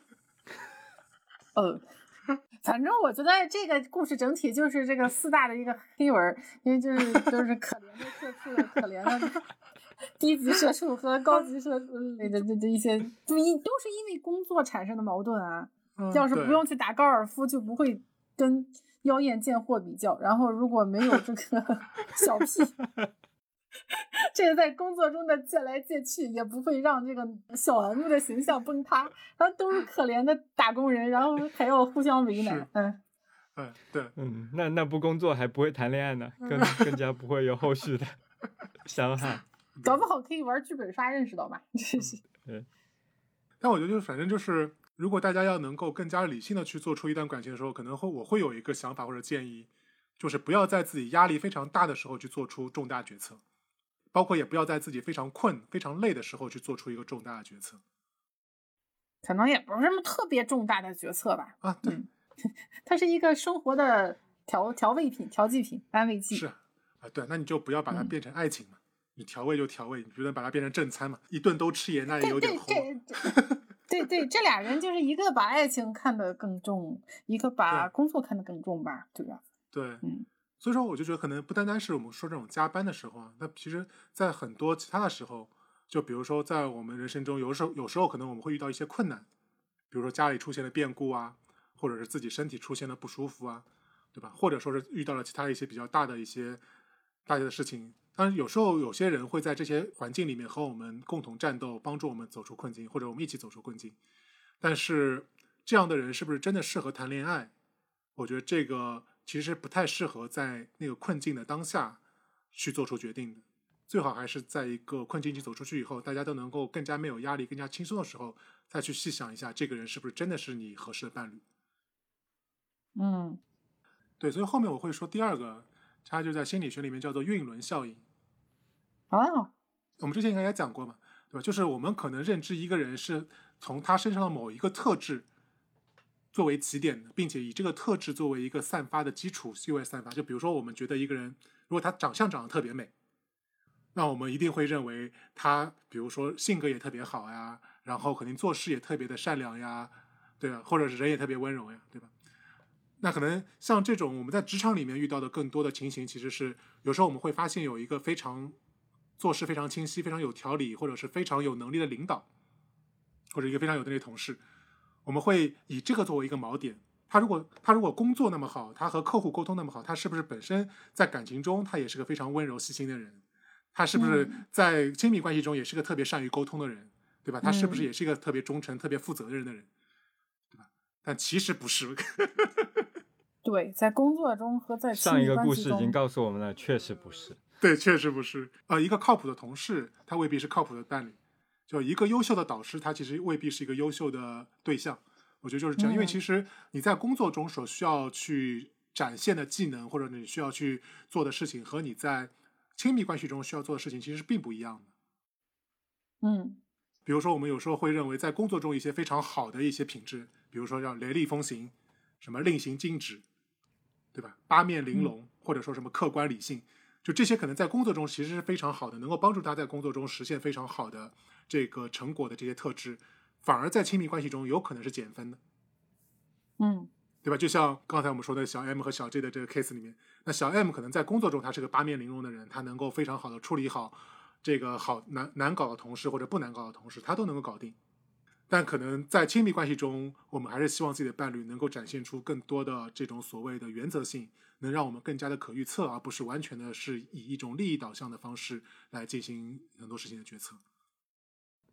呃反正我觉得这个故事整体就是这个四大的一个黑文，因为就是就是可怜的社畜，可怜的低级社畜和高级社畜的这这一些，就一都是因为工作产生的矛盾啊。 嗯、 要是不用去打高尔夫，就不会跟妖艳贱货比较。然后如果没有这个小屁，这个在工作中的借来借去，也不会让这个小 M 的形象崩塌。然后都是可怜的打工人，然后还要互相为难。嗯， 嗯，对， 嗯，那那不工作还不会谈恋爱呢，更更加不会有后续的伤害。 搞不好可以玩剧本杀认识到吧？真是。 对。 但我觉得就是反正就是，如果大家要能够更加理性的去做出一段感情的时候，可能会我会有一个想法或者建议，就是不要在自己压力非常大的时候去做出重大决策。包括也不要在自己非常困非常累的时候去做出一个重大的决策， 可能也不是什么特别重大的决策吧。 啊，对， 嗯、它是一个生活的调调味品、调剂品、安慰剂。 是啊，对，那你就不要把它变成爱情嘛，嗯、你调味就调味，你不能把它变成正餐嘛，一顿都吃盐那也有点齁。 对对对对，这俩人就是一个把爱情看得更重，一个把工作看得更重吧，对吧？ 对， 嗯。 所以说我就觉得可能不单单是我们说这种加班的时候啊，那其实在很多其他的时候，就比如说在我们人生中有时候有时候可能我们会遇到一些困难，比如说家里出现了变故啊，或者是自己身体出现了不舒服啊，对吧？或者说是遇到了其他一些比较大的一些大的事情，当然有时候有些人会在这些环境里面和我们共同战斗，帮助我们走出困境，或者我们一起走出困境。但是这样的人是不是真的适合谈恋爱？我觉得这个其实不太适合在那个困境的当下去做出决定的，最好还是在一个困境期走出去以后，大家都能够更加没有压力、更加轻松的时候，再去细想一下这个人是不是真的是你合适的伴侣。 嗯， 对，所以后面我会说第二个，它就在心理学里面叫做晕轮效应。 哦， 我们之前应该也讲过嘛，对吧？就是我们可能认知一个人是从他身上的某一个特质作为起点的，并且以这个特质作为一个散发的基础去为散发。就比如说我们觉得一个人如果他长相长得特别美，那我们一定会认为他比如说性格也特别好呀，然后肯定做事也特别的善良呀，对吧？或者是人也特别温柔呀，对吧？那可能像这种我们在职场里面遇到的更多的情形，其实是有时候我们会发现有一个非常做事非常清晰、非常有条理，或者是非常有能力的领导，或者一个非常有能力的同事，我们会以这个作为一个锚点。他如果他如果工作那么好，他和客户沟通那么好，他是不是本身在感情中他也是个非常温柔细心的人？他是不是在亲密关系中也是个特别善于沟通的人，对吧？他是不是也是一个特别忠诚、特别负责任的人，对吧？但其实不是。 对，在工作中和在亲上一密关系中， 个故事已经告诉我们了，确实不是。 对，确实不是。呃，一个靠谱的同事，他未必是靠谱的伴侣；就一个优秀的导师，他其实未必是一个优秀的对象。我觉得就是这样， 嗯、 因为其实你在工作中所需要去展现的技能，或者你需要去做的事情，和你在亲密关系中需要做的事情，其实是并不一样的。 嗯， 比如说，我们有时候会认为，在工作中一些非常好的一些品质，比如说叫雷厉风行，什么令行禁止，对吧？八面玲珑，或者说什么客观理性，就这些可能在工作中其实是非常好的，能够帮助他在工作中实现非常好的这个成果的这些特质，反而在亲密关系中有可能是减分的。 嗯， 对吧？就像刚才我们说的小 M 和小 J 的这个 case 里面，那小 M 可能在工作中他是个八面玲珑的人，他能够非常好的处理好这个好难难搞的同事或者不难搞的同事，他都能够搞定。但可能在亲密关系中，我们还是希望自己的伴侣能够展现出更多的这种所谓的原则性，能让我们更加的可预测，而不是完全的是以一种利益导向的方式来进行很多事情的决策。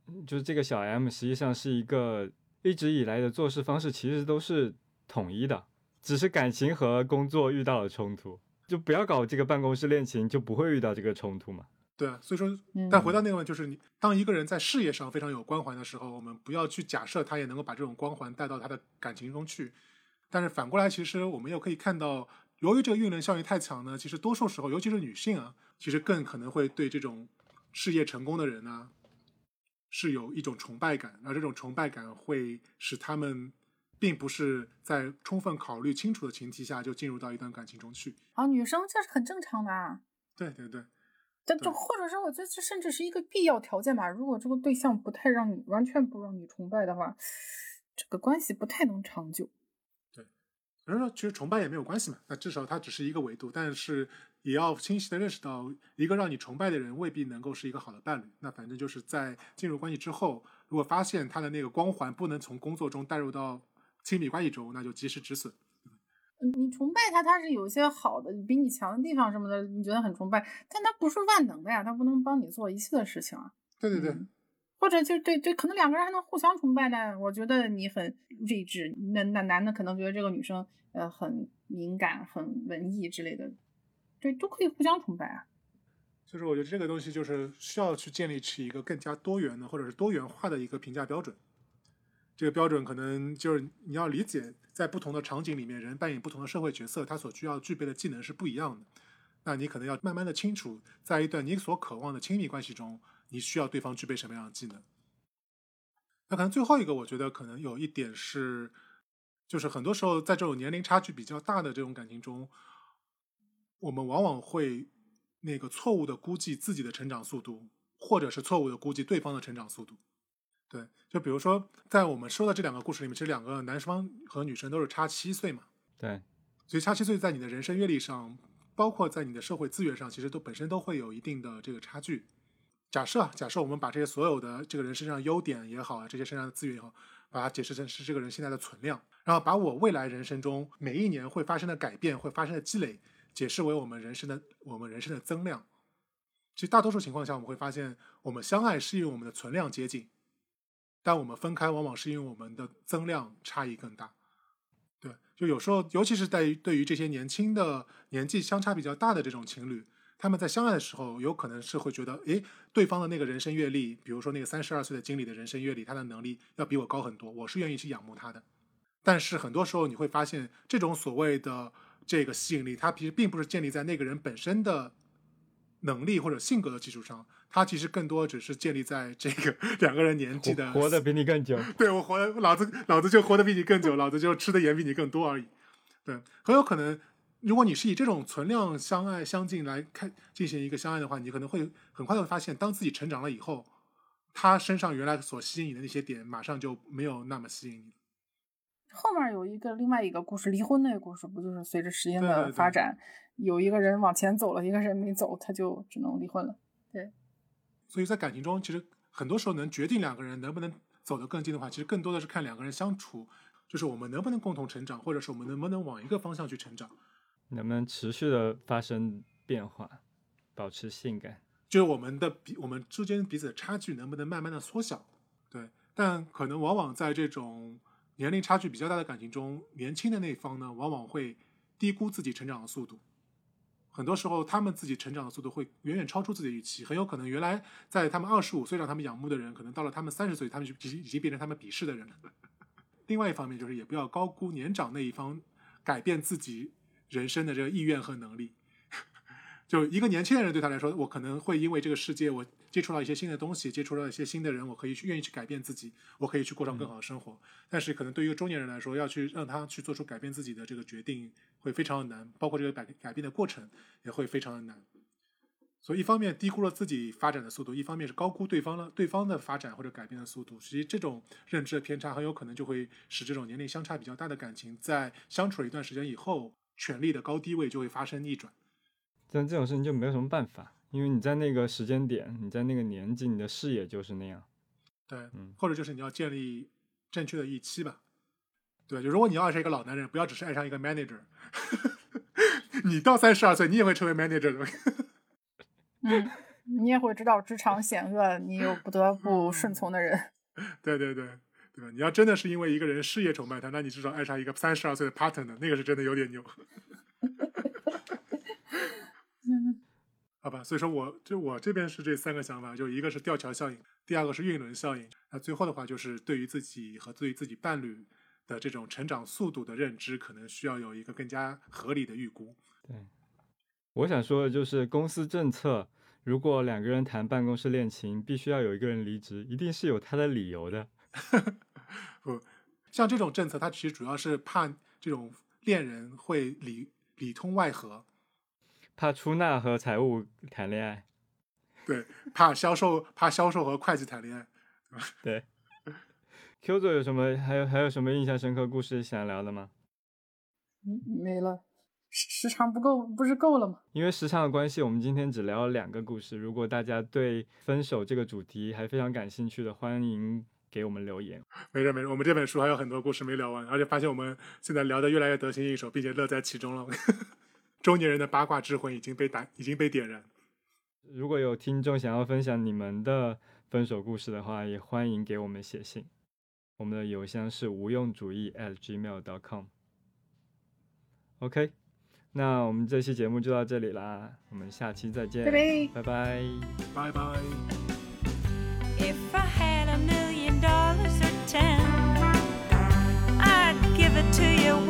就是这个小 M 实际上是一个一直以来的做事方式其实都是统一的，只是感情和工作遇到了冲突，就不要搞这个办公室恋情，就不会遇到这个冲突嘛。 对啊，所以说， 嗯但回到那个问题，就是你当一个人在事业上非常有光环的时候，我们不要去假设他也能够把这种光环带到他的感情中去。但是反过来，其实我们又可以看到，由于这个运能效应太强呢，其实多数时候，尤其是女性啊，其实更可能会对这种事业成功的人呢，是有一种崇拜感，而这种崇拜感会使他们并不是在充分考虑清楚的前提下就进入到一段感情中去。 啊，女生这是很正常的啊。 对对对。 但就或者是我觉得这甚至是一个必要条件吧。如果这个对象不太让你完全不让你崇拜的话，这个关系不太能长久。 对，有人说其实崇拜也没有关系嘛，那至少它只是一个维度，但是也要清晰的认识到，一个让你崇拜的人未必能够是一个好的伴侣。那反正就是在进入关系之后，如果发现他的那个光环不能从工作中带入到亲密关系中，那就及时止损。 你崇拜他，他是有一些好的比你强的地方什么的，你觉得很崇拜，但他不是万能的呀，他不能帮你做一切的事情啊。 对对对、 嗯、或者就对对，可能两个人还能互相崇拜，但我觉得你很睿智，那那男的可能觉得这个女生呃很敏感很文艺之类的，对，都可以互相崇拜啊。 就是我觉得这个东西就是需要去建立起一个更加多元的或者是多元化的一个评价标准。这个标准可能就是你要理解，在不同的场景里面，人扮演不同的社会角色，他所需要具备的技能是不一样的。那你可能要慢慢的清楚，在一段你所渴望的亲密关系中，你需要对方具备什么样的技能。那可能最后一个，我觉得可能有一点是，就是很多时候在这种年龄差距比较大的这种感情中，我们往往会那个错误的估计自己的成长速度，或者是错误的估计对方的成长速度。对，就比如说在我们说的这两个故事里面，其实两个男方和女生都是差七岁嘛。 对， 所以差七岁在你的人生阅历上，包括在你的社会资源上，其实都本身都会有一定的这个差距。假设假设我们把这些所有的这个人身上优点也好，这些身上的资源也好，把它解释成是这个人现在的存量，然后把我未来人生中每一年会发生的改变、会发生的积累，解释为我们人生的我们人生的增量。其实大多数情况下，我们会发现，我们相爱是因为我们的存量接近，但我们分开往往是因为我们的增量差异更大。对，就有时候，尤其是在对于这些年轻的年纪相差比较大的这种情侣，他们在相爱的时候，有可能是会觉得，诶，对方的那个人生阅历，比如说那个三十二岁的经理的人生阅历，他的能力要比我高很多，我是愿意去仰慕他的。但是很多时候你会发现，这种所谓的这个吸引力，它其实并不是建立在那个人本身的能力或者性格的基础上，它其实更多只是建立在这个两个人年纪的活得比你更久。 对，我活得老子老子就活得比你更久，老子就吃的盐比你更多而已。对，很有可能，如果你是以这种存量相爱相近来看进行一个相爱的话，你可能会很快的发现，当自己成长了以后，他身上原来所吸引你的那些点，马上就没有那么吸引你。 后面有一个另外一个故事，离婚那个故事，不就是随着时间的发展，对对对，有一个人往前走了，一个人没走，他就只能离婚了。对， 所以在感情中，其实很多时候能决定两个人能不能走得更近的话，其实更多的是看两个人相处，就是我们能不能共同成长，或者是我们能不能往一个方向去成长， 能不能持续的发生变化，保持性感， 就是我们的比我们之间彼此的差距能不能慢慢的缩小。对，但可能往往在这种年龄差距比较大的感情中，年轻的那一方呢，往往会低估自己成长的速度。很多时候，他们自己成长的速度会远远超出自己的预期，很有可能原来在他们二十五岁让他们仰慕的人，可能到了他们三十岁，他们就已经变成他们鄙视的人了。另外一方面，就是也不要高估年长那一方改变自己人生的这个意愿和能力。就一个年轻的人对他来说，我可能会因为这个世界，我接触到一些新的东西，接触到一些新的人，我可以去愿意去改变自己，我可以去过上更好的生活。嗯、但是可能对于一个中年人来说，要去让他去做出改变自己的这个决定，会非常的难，包括这个改改变的过程也会非常的难。所以一方面低估了自己发展的速度，一方面是高估对方的对方的发展或者改变的速度。其实这种认知的偏差很有可能就会使这种年龄相差比较大的感情，在相处了一段时间以后，权力的高低位就会发生逆转。 但这种事情就没有什么办法，因为你在那个时间点，你在那个年纪，你的视野就是那样。 对，嗯，或者就是你要建立正确的预期吧。对，就如果你要爱上一个老男人，不要只是爱上一个 manager。你到三十二岁，你也会成为 manager 的。 嗯你也会知道职场险恶，你有不得不顺从的人。 对对对对吧？你要真的是因为一个人事业崇拜他，那你至少爱上一个三十二岁的 partner， 那个是真的有点牛。好吧，所以说我就我这边是这三个想法，就一个是吊桥效应，第二个是运轮效应，那最后的话就是对于自己和对于自己伴侣的这种成长速度的认知，可能需要有一个更加合理的预估。 对，我想说的就是公司政策，如果两个人谈办公室恋情，必须要有一个人离职，一定是有他的理由的。 不，像这种政策，它其实主要是怕这种恋人会里里通外合。 怕出纳和财务谈恋爱， 对，怕销售怕销售和会计谈恋爱， 对。Q 座有什么还有还有什么印象深刻故事想聊的吗？ 嗯，没了，时长不够，不是够了吗？ 因为时长的关系，我们今天只聊了两个故事。如果大家对分手这个主题还非常感兴趣的，欢迎给我们留言。 没事没事，我们这本书还有很多故事没聊完，而且发现我们现在聊得越来越得心应手，并且乐在其中了。中年人的八卦之魂已经被打，已经被点燃。 如果有听众想要分享你们的分手故事的话，也欢迎给我们写信。我们的邮箱是无用主义 at gmail dot com。OK， 那我们这期节目就到这里啦，我们下期再见，拜拜， 拜拜。 If I had a million dollars or ten, I'd give it to you